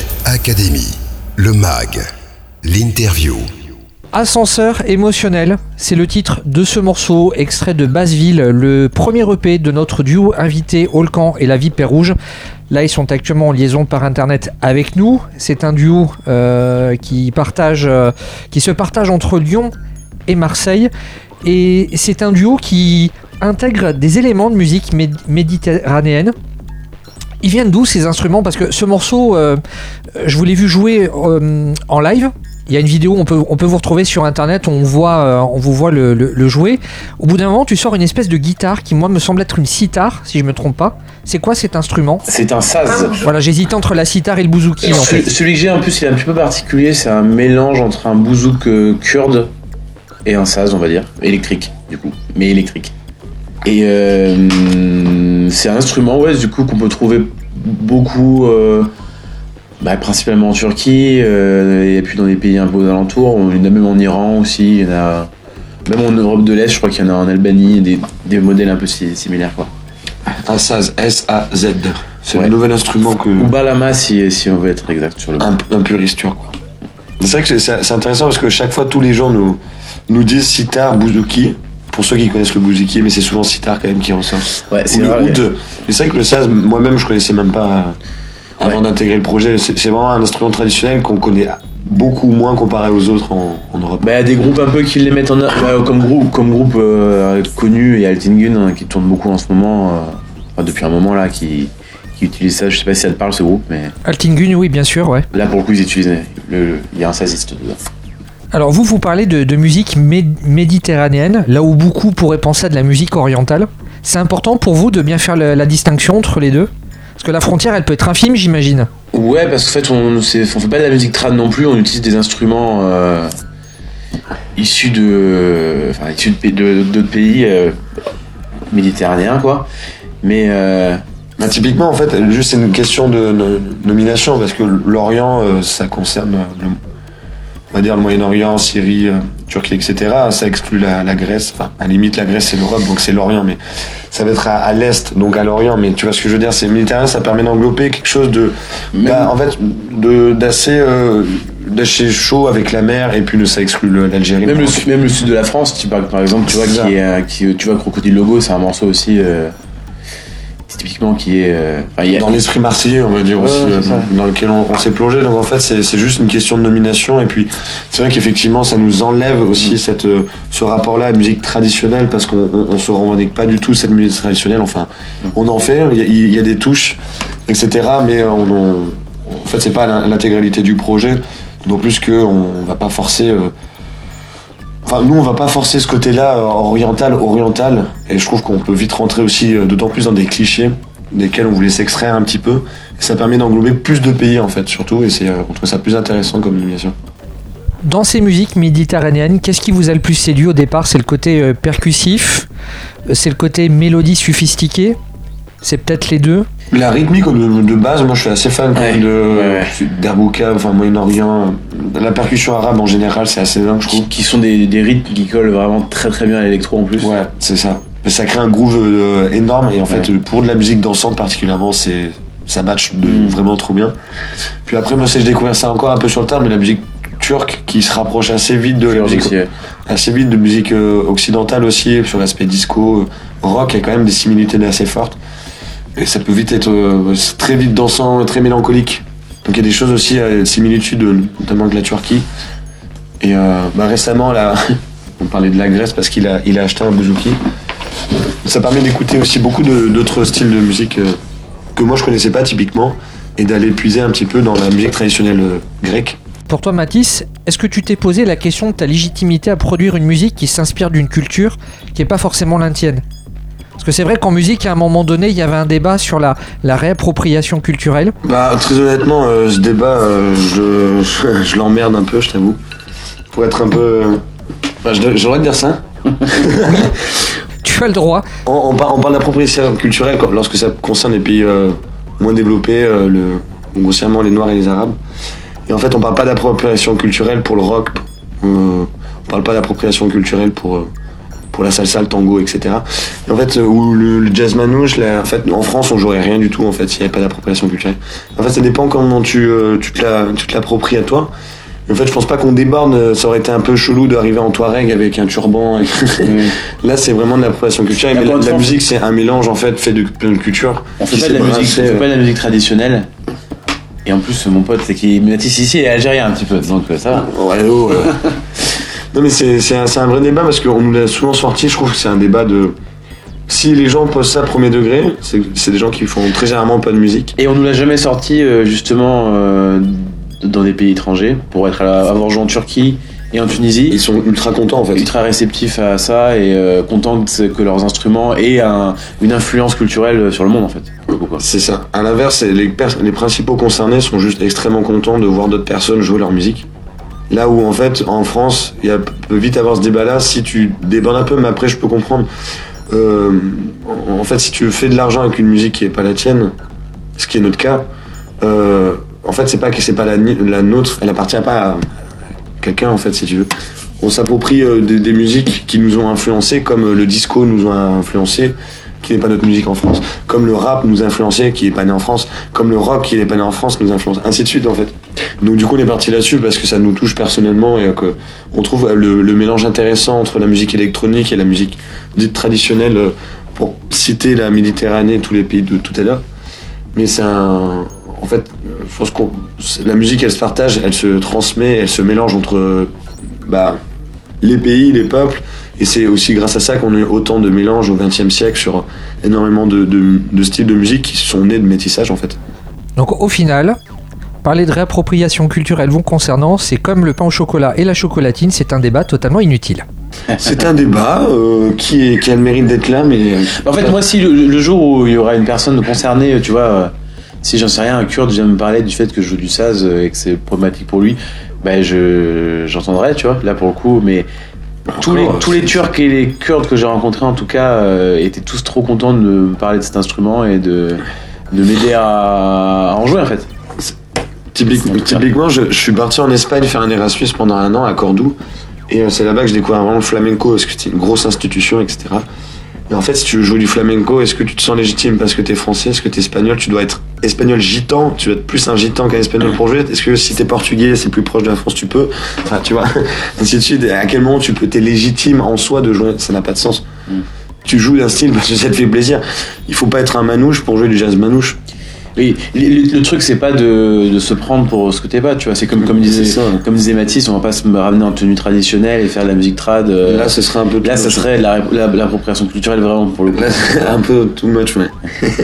Academy, le mag, l'interview. Ascenseur émotionnel, c'est le titre de ce morceau, extrait de Basseville, le premier E P de notre duo invité Holcan et La Vipère Rouge. Là, ils sont actuellement en liaison par internet avec nous. C'est un duo euh, qui, partage, euh, qui se partage entre Lyon et Marseille. Et c'est un duo qui intègre des éléments de musique méd- méditerranéenne. Ils viennent d'où ces instruments ? Parce que ce morceau, euh, je vous l'ai vu jouer euh, en live. Il y a une vidéo, on peut, on peut vous retrouver sur internet, on, voit, euh, on vous voit le, le, le jouer. Au bout d'un moment, tu sors une espèce de guitare qui, moi, me semble être une sitar, si je me trompe pas. C'est quoi cet instrument ? C'est un saz. Voilà, j'hésitais entre la sitar et le bouzouki. En Ce- fait. Celui que j'ai en plus, il est un petit peu particulier. C'est un mélange entre un bouzouk euh, kurde et un saz, on va dire. Électrique, du coup. Mais électrique. Et euh, c'est un instrument, ouais, du coup, qu'on peut trouver beaucoup. Euh, Bah, principalement en Turquie, euh, et puis dans des pays un peu aux alentours. Il y en a même en Iran aussi, il y en a même en Europe de l'Est, je crois qu'il y en a en Albanie, des, des modèles un peu si, similaires, quoi. Un saz, S A Z. C'est Ouais. le nouvel instrument que. Ou balama si, si on veut être exact sur le Un, un puriste turc, quoi. C'est vrai que c'est, c'est, c'est intéressant parce que chaque fois, tous les gens nous, nous disent sitar, bouzouki. Pour ceux qui connaissent le bouzouki, mais c'est souvent sitar quand même qui ressort. Ouais, c'est Ou le vrai. oud. Et c'est vrai que le saz, moi-même, je connaissais même pas. euh, Avant Ouais. d'intégrer le projet, c'est, c'est vraiment un instrument traditionnel qu'on connaît beaucoup moins comparé aux autres en, en Europe. Bah, il y a des groupes un peu qui les mettent en bah, comme groupe, comme groupe euh, connu, et Altingun hein, qui tourne beaucoup en ce moment, euh, enfin, depuis un moment là, qui, qui utilise ça. Je sais pas si ça te parle ce groupe, mais Altingun, oui, bien sûr, ouais. là pour le coup ils utilisent. Le, le- il y a un saziste dedans. Alors vous, vous parlez de, de musique mé- méditerranéenne, là où beaucoup pourraient penser à de la musique orientale. C'est important pour vous de bien faire le- la distinction entre les deux ? Parce que la frontière, elle peut être infime, j'imagine. Ouais, parce qu'en fait, on, c'est, on fait pas de la musique trad non plus, on utilise des instruments euh, issus de, enfin, issus de, de- d'autres pays euh, méditerranéens, quoi. Mais euh, Bah, typiquement, en fait, juste c'est une question de, de nomination parce que l'Orient, euh, ça concerne, le, on va dire, le Moyen-Orient, Syrie, euh, Turquie, et cetera. Ça exclut la, la Grèce. Enfin, à la limite, la Grèce, c'est l'Europe, donc c'est l'Orient, mais ça va être à, à l'Est, donc à l'Orient. Mais tu vois ce que je veux dire, c'est Méditerranée, ça permet d'englober quelque chose de, bah, en fait, de, d'assez, euh, d'assez chaud avec la mer, et puis ça exclut le- l'Algérie. même, le, su- même le sud de la France, tu parles, par exemple, tu vois, C'est ça. qui est, euh, qui, tu vois, Crocodile Logo, c'est un morceau aussi, euh, typiquement qui est. euh, enfin, il y a- Dans l'esprit marseillais, on va dire Ouais, aussi, c'est euh, ça. dans lequel on, on s'est plongé. Donc en fait, c'est, c'est juste une question de nomination. Et puis, c'est vrai qu'effectivement, ça nous enlève aussi cette, euh, ce rapport-là à la musique traditionnelle parce qu'on on, on se revendique pas du tout cette musique traditionnelle. Enfin, on en fait, il y a, il y a des touches, et cetera. Mais on, on- en fait, c'est pas la- l'intégralité du projet. D'autant plus qu'on va pas forcer. euh, Enfin, nous, on va pas forcer ce côté-là euh, oriental, oriental. Et je trouve qu'on peut vite rentrer aussi, euh, d'autant plus dans des clichés desquels on voulait s'extraire un petit peu. Et ça permet d'englober plus de pays, en fait, surtout. Et c'est, euh, on trouve ça plus intéressant comme nomination. Dans ces musiques méditerranéennes, qu'est-ce qui vous a le plus séduit au départ ? C'est le côté euh, percussif ? Euh, C'est le côté mélodie sophistiquée ? C'est peut-être les deux ? La rythmique de, de base, moi je suis assez fan quand Ouais, même de ouais, ouais. d'Arbouka, enfin Moyen-Orient. La percussion arabe en général, c'est assez dingue, je trouve. qui, qui sont des, des rythmes qui collent vraiment très très bien à l'électro en plus. Ouais, c'est ça. Mais ça crée un groove euh, énorme et en fait, Ouais. euh, pour de la musique dansante particulièrement, c'est ça match de, Mm. vraiment trop bien. Puis après, moi, c'est j'ai découvert ça encore un peu sur le tard, mais la musique turque qui se rapproche assez vite de la Kurde musique, aussi, ouais. assez vite de musique euh, occidentale aussi, sur l'aspect disco, euh, rock, il y a quand même des similitudes assez fortes. Et ça peut vite être euh, c'est très vite dansant, très mélancolique. Donc il y a des choses aussi, euh, de similitudes, euh, notamment avec la Turquie. Et euh, bah, récemment, là, on parlait de la Grèce parce qu'il a, il a acheté un bouzouki. Ça permet d'écouter aussi beaucoup de- d'autres styles de musique euh, que moi je connaissais pas typiquement et d'aller puiser un petit peu dans la musique traditionnelle euh, grecque. Pour toi, Mathis, est-ce que tu t'es posé la question de ta légitimité à produire une musique qui s'inspire d'une culture qui n'est pas forcément la tienne ? Parce que c'est vrai qu'en musique, à un moment donné, il y avait un débat sur la, la réappropriation culturelle. Bah très honnêtement, euh, ce débat, euh, je, je, je l'emmerde un peu, je t'avoue. Pour être un peu... euh, Enfin, je- j'ai le droit de dire ça. Tu as le droit. On, on, par- on parle d'appropriation culturelle quand- lorsque ça concerne les pays euh, moins développés, euh, le, grossièrement les Noirs et les Arabes. Et en fait, on parle pas d'appropriation culturelle pour le rock. Euh, on parle pas d'appropriation culturelle pour, euh, pour la salsa, le tango, et cetera. Et en fait, où le, le jazz manouche, là, en fait, en France, on jouerait rien du tout, en fait, s'il n'y avait pas d'appropriation culturelle. En fait, ça dépend comment tu, euh, tu te la, tu te l'appropries à toi. Et en fait, je pense pas qu'on déborde, ça aurait été un peu chelou d'arriver en Touareg avec un turban. Et... mmh. Là, c'est vraiment de l'appropriation culturelle. Mais la, la musique, c'est un mélange, en fait, fait de plein de cultures. On fait pas de la musique, on fait pas de la musique traditionnelle. Et en plus, mon pote, c'est qu'il Mathis ici est algérien un petit peu, donc ça va. Ouais, oh, ouais. Non, mais c'est, c'est, un, c'est un vrai débat parce qu'on nous l'a souvent sorti. Je trouve que c'est un débat de. Si les gens posent ça premier degré, c'est, c'est des gens qui font très généralement pas de musique. Et on nous l'a jamais sorti, justement, euh, dans des pays étrangers, pour être à la, avoir joué en Turquie et en Tunisie. Ils sont ultra contents, en fait. Ultra réceptifs à ça et euh, contents que leurs instruments aient un, une influence culturelle sur le monde, en fait. C'est ça. À l'inverse, les, pers- les principaux concernés sont juste extrêmement contents de voir d'autres personnes jouer leur musique. Là où, en fait, en France, il peut vite avoir ce débat-là. Si tu débordes un peu, mais après, je peux comprendre. Euh, en fait, si tu fais de l'argent avec une musique qui est pas la tienne, ce qui est notre cas, euh, en fait, c'est pas que c'est pas la, la nôtre, elle appartient pas à quelqu'un, en fait, si tu veux. On s'approprie euh, des, des musiques qui nous ont influencés, comme le disco nous a influencés, qui n'est pas notre musique en France, comme le rap nous a influencé, qui n'est pas né en France, comme le rock qui n'est pas né en France nous influence, ainsi de suite, en fait. Donc du coup, on est parti là-dessus parce que ça nous touche personnellement et que on trouve le, le mélange intéressant entre la musique électronique et la musique dite traditionnelle, pour citer la Méditerranée et tous les pays de tout à l'heure. Mais c'est un... En fait, je pense que la musique, elle se partage, elle se transmet, elle se mélange entre bah, les pays, les peuples. Et c'est aussi grâce à ça qu'on a eu autant de mélanges au vingtième siècle sur énormément de, de, de styles de musique qui sont nés de métissage, en fait. Donc au final, parler de réappropriation culturelle vous concernant, c'est comme le pain au chocolat et la chocolatine, c'est un débat totalement inutile. C'est un débat euh, qui, est, qui a le mérite d'être là, mais... En fait, moi, si le, le jour où il y aura une personne concernée, tu vois, euh, si j'en sais rien, un Kurde vient me parler du fait que je joue du saz et que c'est problématique pour lui, ben je, j'entendrai, tu vois, là pour le coup, mais... Tous les, tous les Turcs et les Kurdes que j'ai rencontrés, en tout cas, euh, étaient tous trop contents de me parler de cet instrument et de, de m'aider à, à en jouer, en fait. Typiquement, typiquement je, je suis parti en Espagne faire un Erasmus pendant un an à Cordoue. Et euh, c'est là-bas que j'ai découvert vraiment le flamenco, parce que c'était une grosse institution, et cetera. Et en fait, si tu veux jouer du flamenco, est-ce que tu te sens légitime parce que t'es français, est-ce que t'es espagnol? Tu dois être espagnol gitan, tu dois être plus un gitan qu'un espagnol pour jouer. Est-ce que si t'es portugais, c'est plus proche de la France, tu peux? Enfin, tu vois, ainsi de suite. À quel moment tu peux, t'es légitime en soi de jouer? Ça n'a pas de sens. Mm. Tu joues d'un style parce que ça te fait plaisir. Il faut pas être un manouche pour jouer du jazz manouche. Oui, le, le truc c'est pas de, de se prendre pour ce que t'es pas, tu vois. C'est comme comme disait ça, ouais. comme disait Mathis, on va pas se ramener en tenue traditionnelle et faire de la musique trad. Euh, là, ce serait un peu. Là, ça serait la, la, l'appropriation culturelle vraiment pour le coup. Là, un peu too much, mais.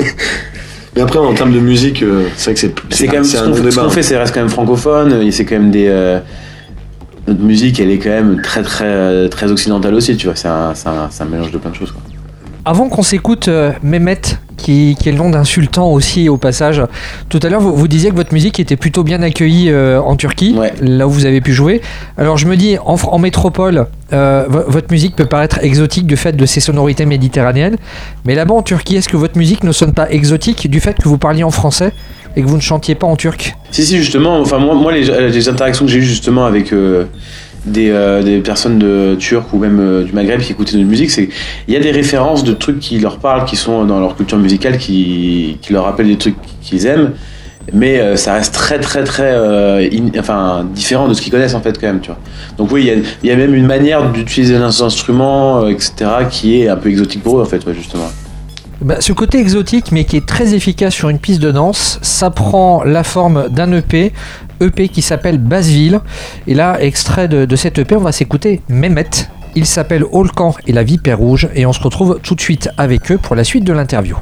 Mais après, en termes de musique, euh, c'est vrai que c'est. C'est, c'est quand même c'est ce, qu'on fait, ce qu'on fait, c'est reste quand même francophone. Et c'est quand même des. Euh, notre musique, elle est quand même très très très occidentale aussi, tu vois. C'est un c'est un, c'est un mélange de plein de choses, quoi. Avant qu'on s'écoute euh, Mehmet, qui, qui est le nom d'un sultan aussi au passage, tout à l'heure vous, vous disiez que votre musique était plutôt bien accueillie euh, en Turquie, ouais. Là où vous avez pu jouer. Alors je me dis, en, en métropole, euh, v- votre musique peut paraître exotique du fait de ses sonorités méditerranéennes, mais là-bas en Turquie, est-ce que votre musique ne sonne pas exotique du fait que vous parliez en français et que vous ne chantiez pas en turc? Si, si, justement, enfin moi, moi les, les interactions que j'ai eues justement avec... Euh, Des, euh, des personnes de turques ou même euh, du Maghreb qui écoutaient notre musique, c'est il y a des références de trucs qui leur parlent, qui sont dans leur culture musicale, qui, qui leur rappellent des trucs qu'ils aiment, mais euh, ça reste très très très euh, in, enfin différent de ce qu'ils connaissent en fait quand même, tu vois. Donc oui, il y a, il y a même une manière d'utiliser un instrument, euh, et cetera, qui est un peu exotique pour eux en fait, ouais, justement. Bah, ce côté exotique mais qui est très efficace sur une piste de danse, ça prend la forme d'un E P, E P qui s'appelle Basseville. Et là, extrait de, de cet E P, on va s'écouter Mehmet. Il s'appelle Holkan et la Vipère Rouge et on se retrouve tout de suite avec eux pour la suite de l'interview.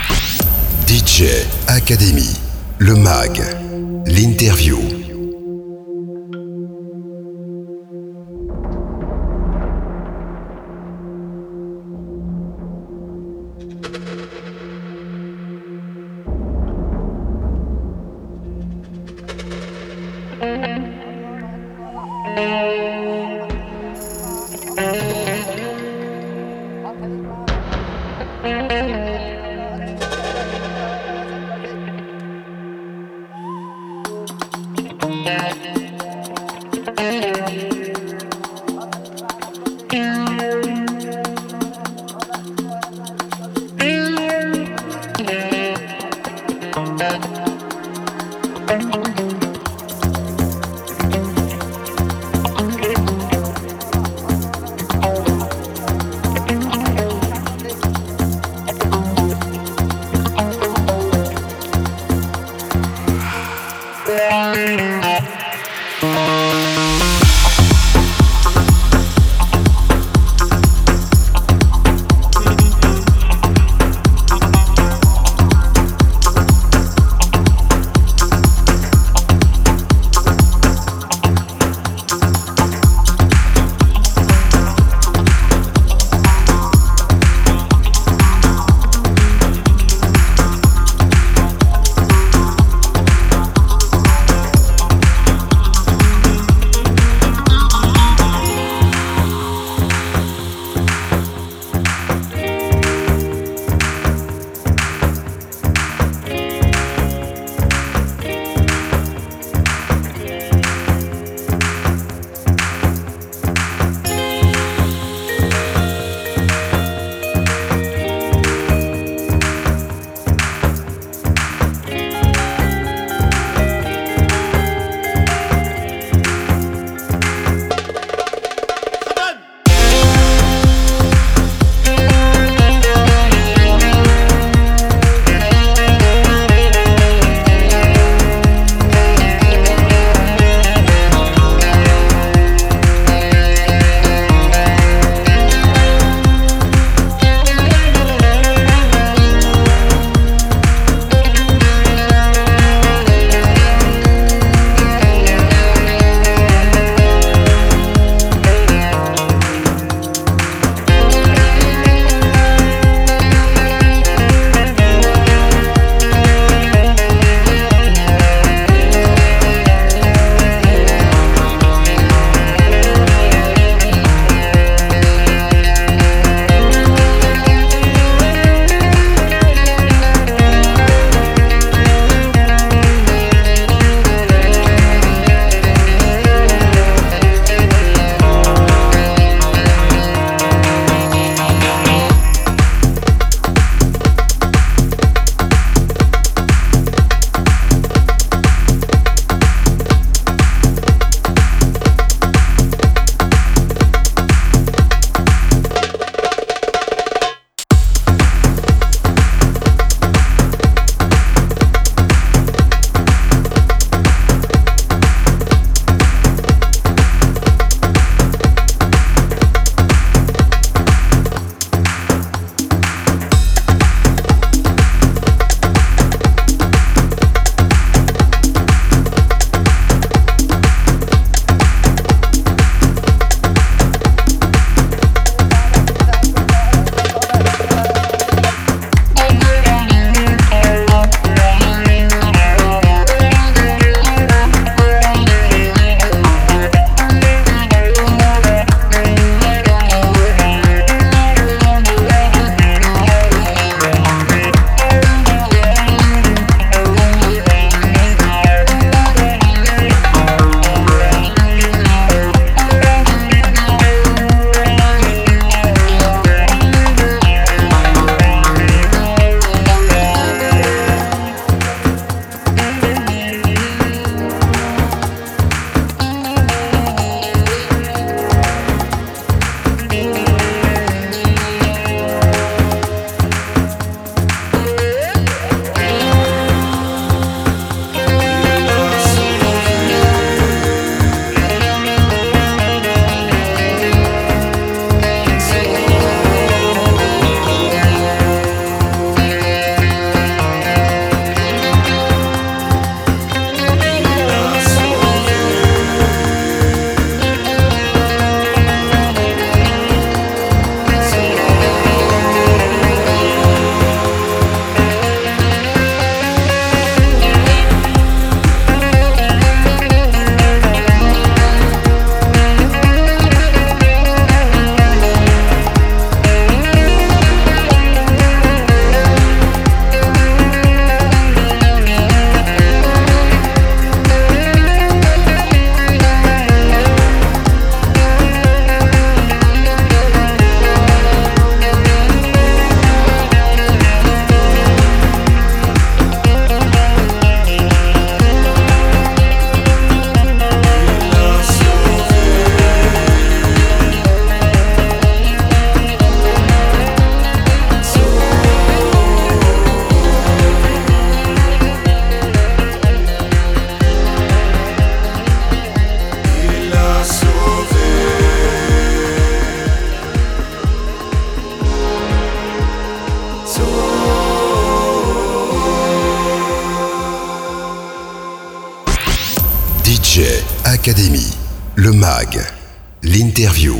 D J Academy, le mag, l'interview. D J Academy, le mag, l'interview.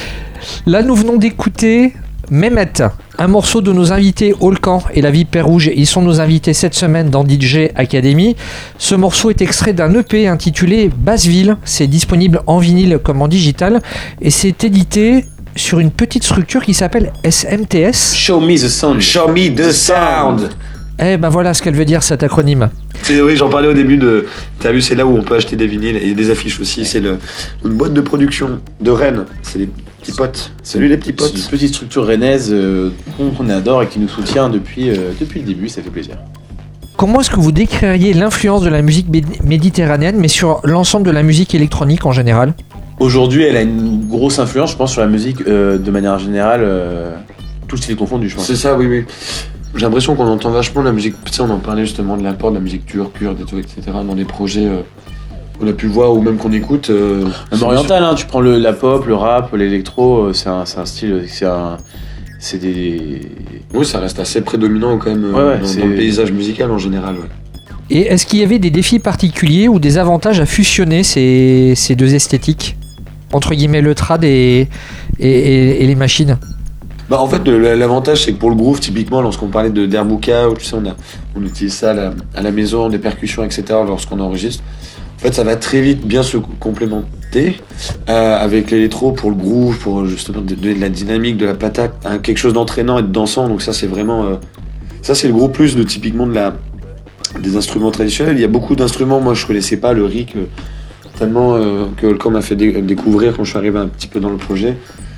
Là, nous venons d'écouter Mehmet, un morceau de nos invités Holkan et la Vipère Rouge. Ils sont nos invités cette semaine dans D J Academy. Ce morceau est extrait d'un E P intitulé Basseville. C'est disponible en vinyle comme en digital et c'est édité sur une petite structure qui s'appelle S M T S. Show me the sound. Show me the sound. Eh ben voilà ce qu'elle veut dire cet acronyme. C'est, oui, j'en parlais au début de. T'as vu, c'est là où on peut acheter des vinyles et des affiches aussi. C'est le, une boîte de production de Rennes. C'est les petits potes. Salut les petits potes. C'est une petite structure rennaise euh, qu'on adore et qui nous soutient depuis, euh, depuis le début. Ça fait plaisir. Comment est-ce que vous décririez l'influence de la musique méditerranéenne, mais sur l'ensemble de la musique électronique en général ? Aujourd'hui, elle a une grosse influence, je pense, sur la musique euh, de manière générale, euh, tout style confondu, je pense. C'est ça, oui, oui. J'ai l'impression qu'on entend vachement la musique. Tu sais, on en parlait justement de l'apport de la musique turque, kurde et tout, et cetera. Dans des projets euh, qu'on a pu voir ou même qu'on écoute. Euh, même oriental, hein, tu prends le, la pop, le rap, l'électro, c'est un, c'est un style, c'est un. C'est des. Oui, ça reste assez prédominant quand même ouais, ouais, dans, c'est... dans le paysage musical en général. Ouais. Et est-ce qu'il y avait des défis particuliers ou des avantages à fusionner ces, ces deux esthétiques ? Entre guillemets, le trad et, et, et, et les machines. Bah en fait, le, l'avantage, c'est que pour le groove, typiquement, lorsqu'on parlait de d'Herbuka, tu sais, on, a, on utilise ça à la, à la maison, des percussions, et cetera, lorsqu'on enregistre. En fait, ça va très vite bien se complémenter euh, avec l'électro pour le groove, pour justement donner de la dynamique, de la patate, hein, quelque chose d'entraînant et de dansant. Donc ça, c'est vraiment... Euh, ça, c'est le gros plus de typiquement de la, des instruments traditionnels. Il y a beaucoup d'instruments, moi, je connaissais pas le ric, euh, tellement euh, que Holkan m'a fait dé- découvrir quand je suis arrivé un petit peu dans le projet.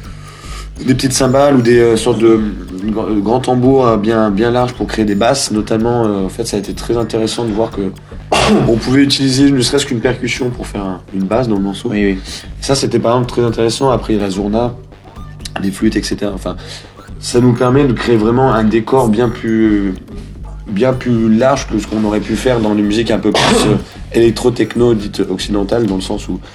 Des petites cymbales ou des euh, sortes de, de grands tambours euh, bien, bien larges pour créer des basses, notamment. Euh, en fait, ça a été très intéressant de voir que on pouvait utiliser ne serait-ce qu'une percussion pour faire un, une basse dans le morceau. Oui, oui. Ça, c'était par exemple très intéressant. Après, la zourna, les flûtes, et cetera. Enfin, ça nous permet de créer vraiment un décor bien plus, bien plus large que ce qu'on aurait pu faire dans les musiques un peu plus euh, électro-techno dites occidentales, dans le sens où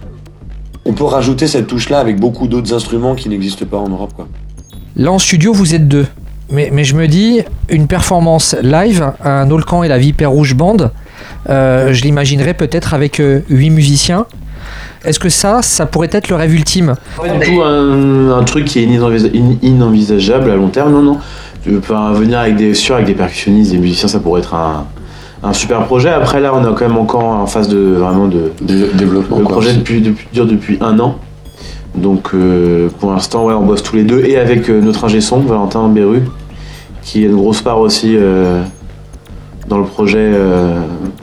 on peut rajouter cette touche-là avec beaucoup d'autres instruments qui n'existent pas en Europe, quoi. Là en studio vous êtes deux, mais, mais je me dis une performance live, un Holkan et la Vipère Rouge Band, euh, je l'imaginerais peut-être avec euh, huit musiciens. Est-ce que ça, ça pourrait être le rêve ultime ? Pas du tout un, un truc qui est inenvisa- in- inenvisageable à long terme, non, non. Tu peux venir avec des, sûr, avec des percussionnistes, des musiciens, ça pourrait être un, un super projet. Après là, on est quand même encore en phase de vraiment de, de développement. Le quoi, projet aussi. depuis, depuis, dure depuis un an. Donc euh, pour l'instant, ouais, on bosse tous les deux et avec euh, notre ingé son, Valentin Beru, qui a une grosse part aussi euh, dans le projet, euh,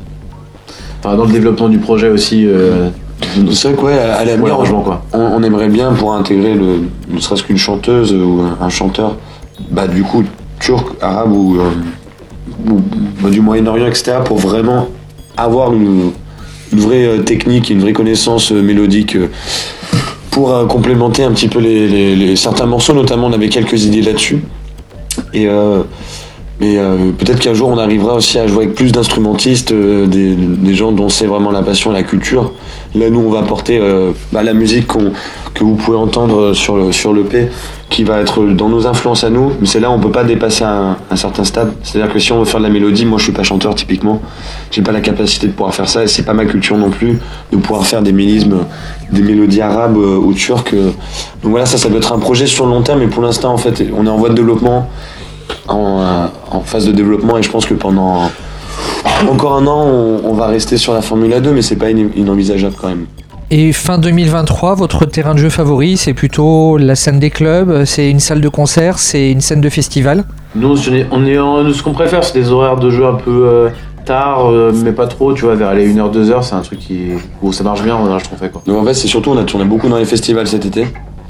enfin dans le développement du projet aussi. Euh, C'est vrai que ouais, à l'avenir, ouais, franchement, quoi. On, on aimerait bien pour intégrer le, ne serait-ce qu'une chanteuse ou un, un chanteur, bah du coup turc, arabe ou, euh, ou bah, du Moyen-Orient, et cetera, pour vraiment avoir une, une vraie euh, technique, une vraie connaissance euh, mélodique euh, pour euh, complémenter un petit peu les, les, les certains morceaux. Notamment, on avait quelques idées là-dessus. Et euh, mais euh, peut-être qu'un jour on arrivera aussi à jouer avec plus d'instrumentistes, euh, des, des gens dont c'est vraiment la passion, la culture. Là, nous, on va porter euh, bah, la musique qu'on, que vous pouvez entendre sur le, sur l'E P, qui va être dans nos influences à nous. Mais c'est là où on peut pas dépasser un, un certain stade. C'est-à-dire que si on veut faire de la mélodie, moi je suis pas chanteur typiquement, j'ai pas la capacité de pouvoir faire ça, et c'est pas ma culture non plus de pouvoir faire des mélismes, des mélodies arabes euh, ou turques. Donc voilà, ça, ça doit être un projet sur le long terme, mais pour l'instant, en fait, on est en voie de développement, en, euh, en phase de développement, et je pense que pendant encore un an, on, on va rester sur la Formule deux, mais c'est pas in- inenvisageable quand même. Et fin deux mille vingt-trois, votre terrain de jeu favori, c'est plutôt la scène des clubs, c'est une salle de concert, c'est une scène de festival ? Nous, on est, on est en, ce qu'on préfère, c'est des horaires de jeu un peu euh, tard, euh, mais pas trop, tu vois, vers les une heure, deux heures, c'est un truc qui, où ça marche bien, je trouve, quoi. Donc en fait, c'est surtout, on a tourné beaucoup dans les festivals cet été.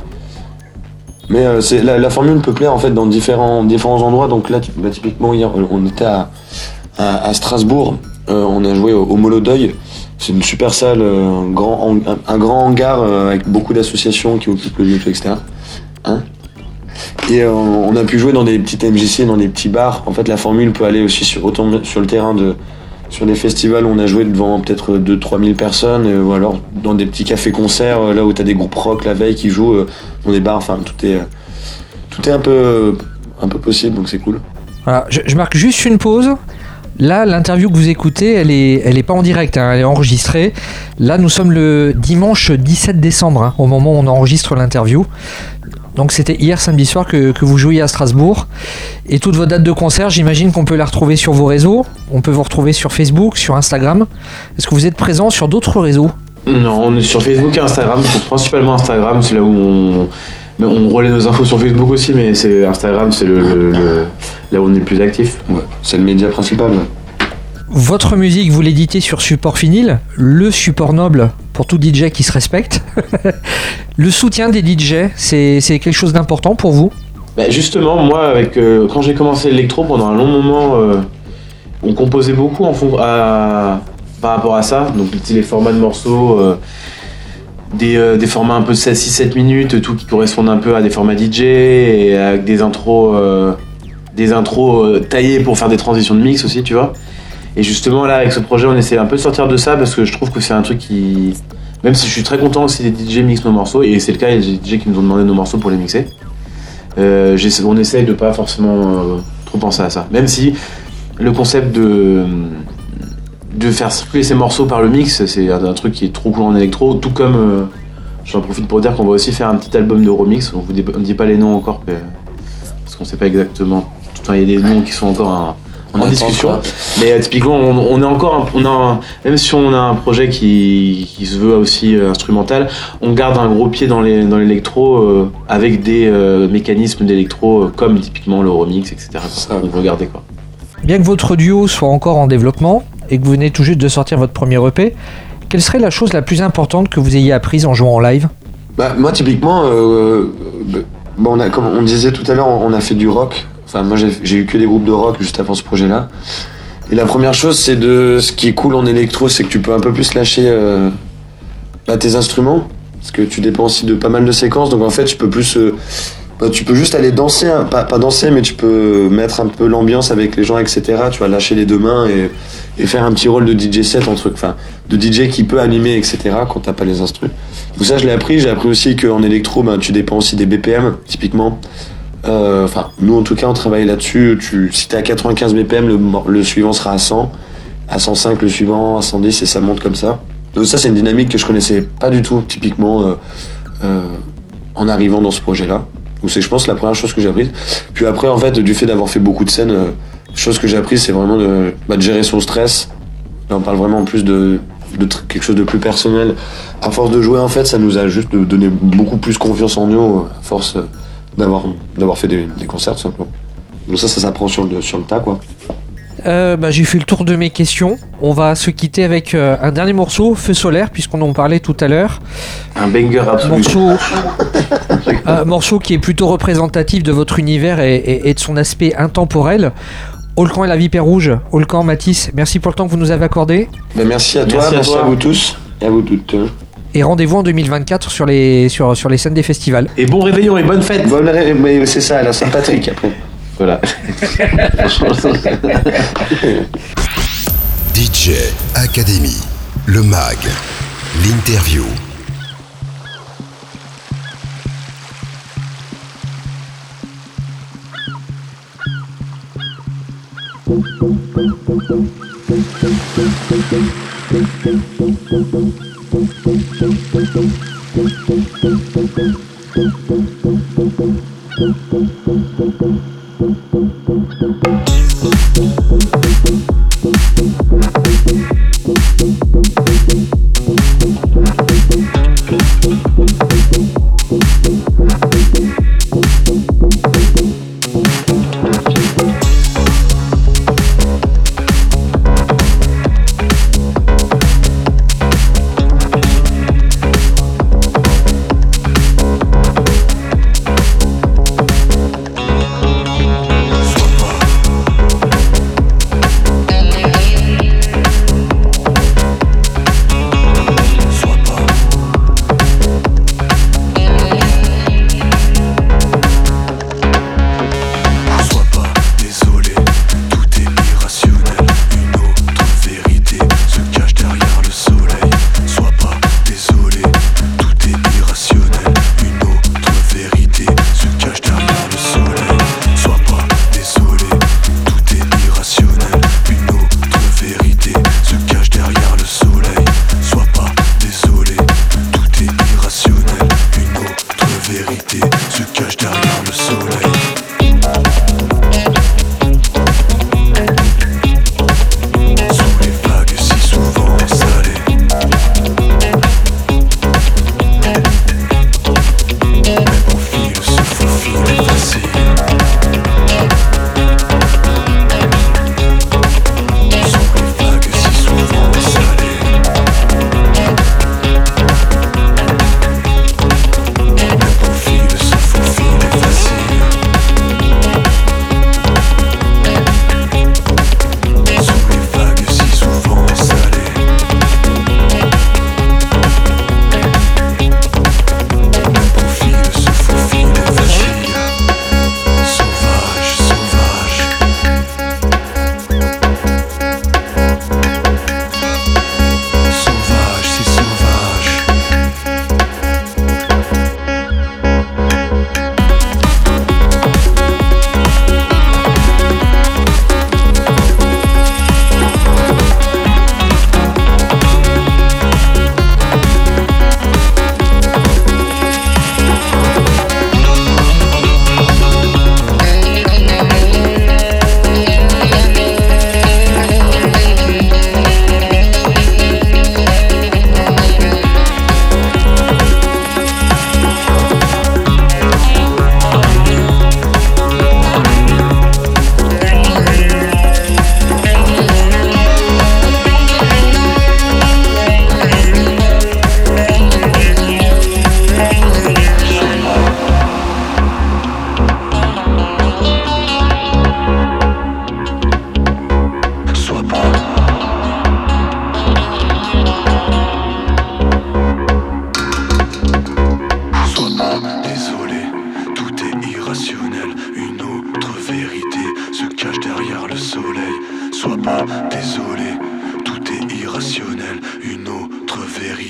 Mais euh, c'est, la, la formule peut plaire en fait dans différents, différents endroits. Donc là, bah, typiquement, hier, on était à, à, à Strasbourg, euh, on a joué au, au Molodeuil. C'est une super salle, euh, un, grand, un, un grand hangar euh, avec beaucoup d'associations qui occupent le lieu, et cetera. Hein Et euh, on a pu jouer dans des petites M J C, dans des petits bars. En fait, la formule peut aller aussi sur, autant sur le terrain de... Sur des festivals où on a joué devant peut-être deux à trois mille personnes, euh, ou alors dans des petits cafés-concerts, euh, là où t'as des groupes rock la veille qui jouent euh, dans des bars. Enfin, tout est, euh, tout est un peu, euh, un peu possible, donc c'est cool. Voilà, je, je marque juste une pause. Là, l'interview que vous écoutez, elle est, elle est pas en direct, hein, elle est enregistrée. Là, nous sommes le dimanche dix-sept décembre, hein, au moment où on enregistre l'interview. Donc c'était hier samedi soir que, que vous jouiez à Strasbourg. Et toutes vos dates de concert, j'imagine qu'on peut les retrouver sur vos réseaux. On peut vous retrouver sur Facebook, sur Instagram. Est-ce que vous êtes présent sur d'autres réseaux ? Non, on est sur Facebook et Instagram, c'est principalement Instagram, c'est là où on, on relaie nos infos sur Facebook aussi, mais c'est Instagram, c'est le, le, le là où on est le plus actif. Ouais, c'est le média principal. Ouais. Votre musique, vous l'éditez sur support vinyle, le support noble pour tout D J qui se respecte. Le soutien des D J, c'est, c'est quelque chose d'important pour vous ? Bah justement, moi, avec, euh, quand j'ai commencé l'électro, pendant un long moment, euh, on composait beaucoup en fond, à, par rapport à ça. Donc les formats de morceaux, euh, des, euh, des formats un peu de six sept minutes, tout qui correspondent un peu à des formats D J, et avec des intros, euh, des intros euh, taillées pour faire des transitions de mix aussi, tu vois. Et justement là avec ce projet on essaie un peu de sortir de ça parce que je trouve que c'est un truc qui... Même si je suis très content aussi des D J mixent nos morceaux, et c'est le cas, il y a des D J qui nous ont demandé nos morceaux pour les mixer, euh, on essaye de pas forcément euh, trop penser à ça. Même si le concept de, de faire circuler ces morceaux par le mix, c'est un, un truc qui est trop cool en électro, tout comme... Euh, j'en profite pour dire qu'on va aussi faire un petit album de remix, on vous dit, on dit pas les noms encore parce qu'on sait pas exactement, enfin, il y a des noms qui sont encore... Un, en on discussion, mais euh, typiquement on, on est encore un, on a un, même si on a un projet qui, qui se veut aussi euh, instrumental, on garde un gros pied dans, les, dans l'électro euh, avec des euh, mécanismes d'électro euh, comme typiquement le remix, et cetera. Ça, on veut garder quoi. Bien que votre duo soit encore en développement et que vous venez tout juste de sortir votre premier E P, quelle serait la chose la plus importante que vous ayez apprise en jouant en live ? Bah moi typiquement, euh, bon, on a, comme on disait tout à l'heure, on a fait du rock. Enfin, moi, j'ai, j'ai eu que des groupes de rock juste avant ce projet-là. Et la première chose, c'est de... Ce qui est cool en électro, c'est que tu peux un peu plus lâcher euh, bah, tes instruments. Parce que tu dépends aussi de pas mal de séquences. Donc, en fait, tu peux plus... Euh, bah, tu peux juste aller danser. Hein, pas, pas danser, mais tu peux mettre un peu l'ambiance avec les gens, et cetera. Tu vas lâcher les deux mains et, et faire un petit rôle de D J set, en truc. Enfin, de D J qui peut animer, et cetera. Quand t'as pas les instrus. Donc ça, je l'ai appris. J'ai appris aussi qu'en électro, bah, tu dépends aussi des B P M, typiquement. Enfin, euh, nous en tout cas on travaille là-dessus. Tu, si t'es à quatre-vingt-quinze B P M, le, le suivant sera à cent, à cent cinq le suivant, à cent dix, et ça monte comme ça. Donc ça c'est une dynamique que je connaissais pas du tout typiquement euh, euh, en arrivant dans ce projet-là. Donc c'est je pense la première chose que j'ai apprise. Puis après en fait du fait d'avoir fait beaucoup de scènes, euh, chose que j'ai apprise c'est vraiment de, bah, de gérer son stress. Là on parle vraiment plus de, de tr- quelque chose de plus personnel. À force de jouer en fait ça nous a juste donné beaucoup plus confiance en nous à force. Euh, D'avoir, d'avoir fait des, des concerts, tout simplement. Donc ça, ça s'apprend sur le, sur le tas, quoi. Euh, bah, j'ai fait le tour de mes questions. On va se quitter avec euh, un dernier morceau, Feu solaire, puisqu'on en parlait tout à l'heure. Un banger absolu. Morceau, un morceau qui est plutôt représentatif de votre univers et, et, et de son aspect intemporel. Holcan et la Vipère Rouge, Holcan, Mathis, merci pour le temps que vous nous avez accordé. Ben merci à toi, merci, merci à, toi. à vous tous et à vous toutes. Et rendez-vous en deux mille vingt-quatre sur les, sur, sur les scènes des festivals. Et bon réveillon et bonne fête. Bonne ré... Mais c'est ça, la Saint-Patrick après. Voilà. D J Academy, le mag, l'interview.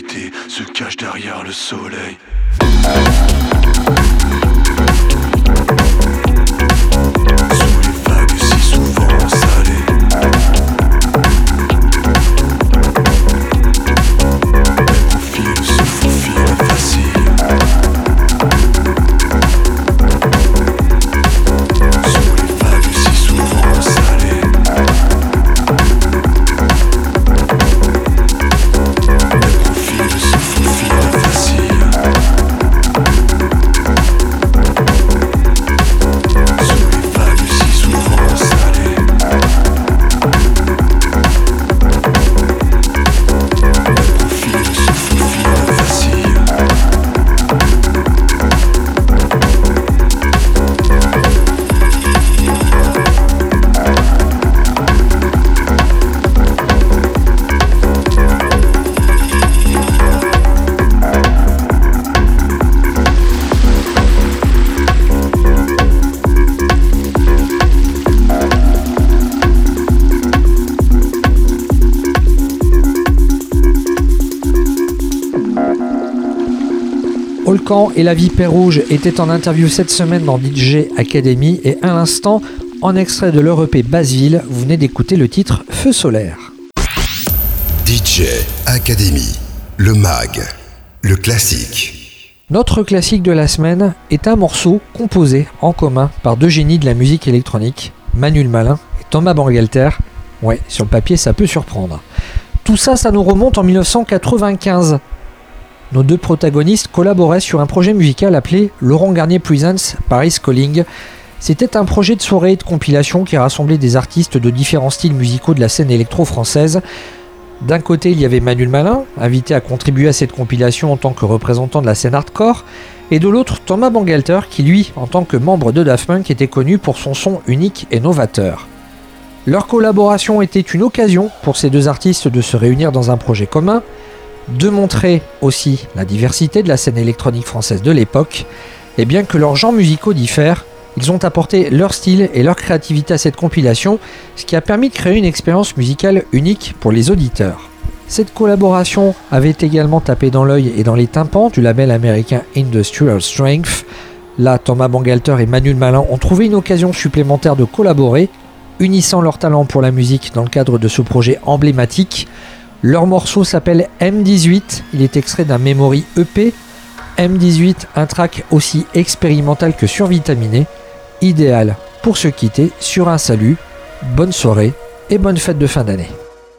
vérité se cache derrière le soleil. Sous les vagues si souvent salées, les profils se faufilent facile. Sous les vagues si souvent salées, les profils se faufilent facile. Sous les vagues si souvent salées, les profils se faufilent facile. Holkan et la Vipère Rouge étaient en interview cette semaine dans D J Academy et à l'instant, en extrait de leur E P Basseville, vous venez d'écouter le titre Feu solaire. D J Academy, le mag, le classique. Notre classique de la semaine est un morceau composé en commun par deux génies de la musique électronique, Manuel Malin et Thomas Bangalter. Ouais, sur le papier ça peut surprendre. Tout ça, ça nous remonte en dix-neuf cent quatre-vingt-quinze. Nos deux protagonistes collaboraient sur un projet musical appelé Laurent Garnier Presents Paris Calling. C'était un projet de soirée et de compilation qui rassemblait des artistes de différents styles musicaux de la scène électro-française. D'un côté, il y avait Manuel Malin, invité à contribuer à cette compilation en tant que représentant de la scène hardcore, et de l'autre, Thomas Bangalter, qui lui, en tant que membre de Daft Punk, était connu pour son son unique et novateur. Leur collaboration était une occasion pour ces deux artistes de se réunir dans un projet commun, de montrer aussi la diversité de la scène électronique française de l'époque, et bien que leurs genres musicaux diffèrent, ils ont apporté leur style et leur créativité à cette compilation, ce qui a permis de créer une expérience musicale unique pour les auditeurs. Cette collaboration avait également tapé dans l'œil et dans les tympans du label américain Industrial Strength. Là, Thomas Bangalter et Manuel Malin ont trouvé une occasion supplémentaire de collaborer, unissant leur talent pour la musique dans le cadre de ce projet emblématique. Leur morceau s'appelle M dix-huit, il est extrait d'un Memory E P. M dix-huit, un track aussi expérimental que survitaminé, idéal pour se quitter sur un salut, bonne soirée et bonne fête de fin d'année.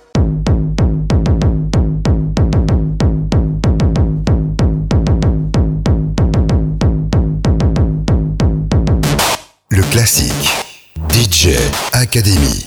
Le classique D J Academy.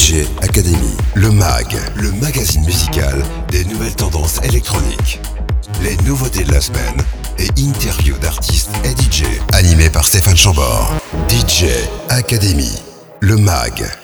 J Academy, le mag, le magazine musical des nouvelles tendances électroniques. Les nouveautés de la semaine et interviews d'artistes et D J, animé par Stéphane Chambord. D J Academy, le mag.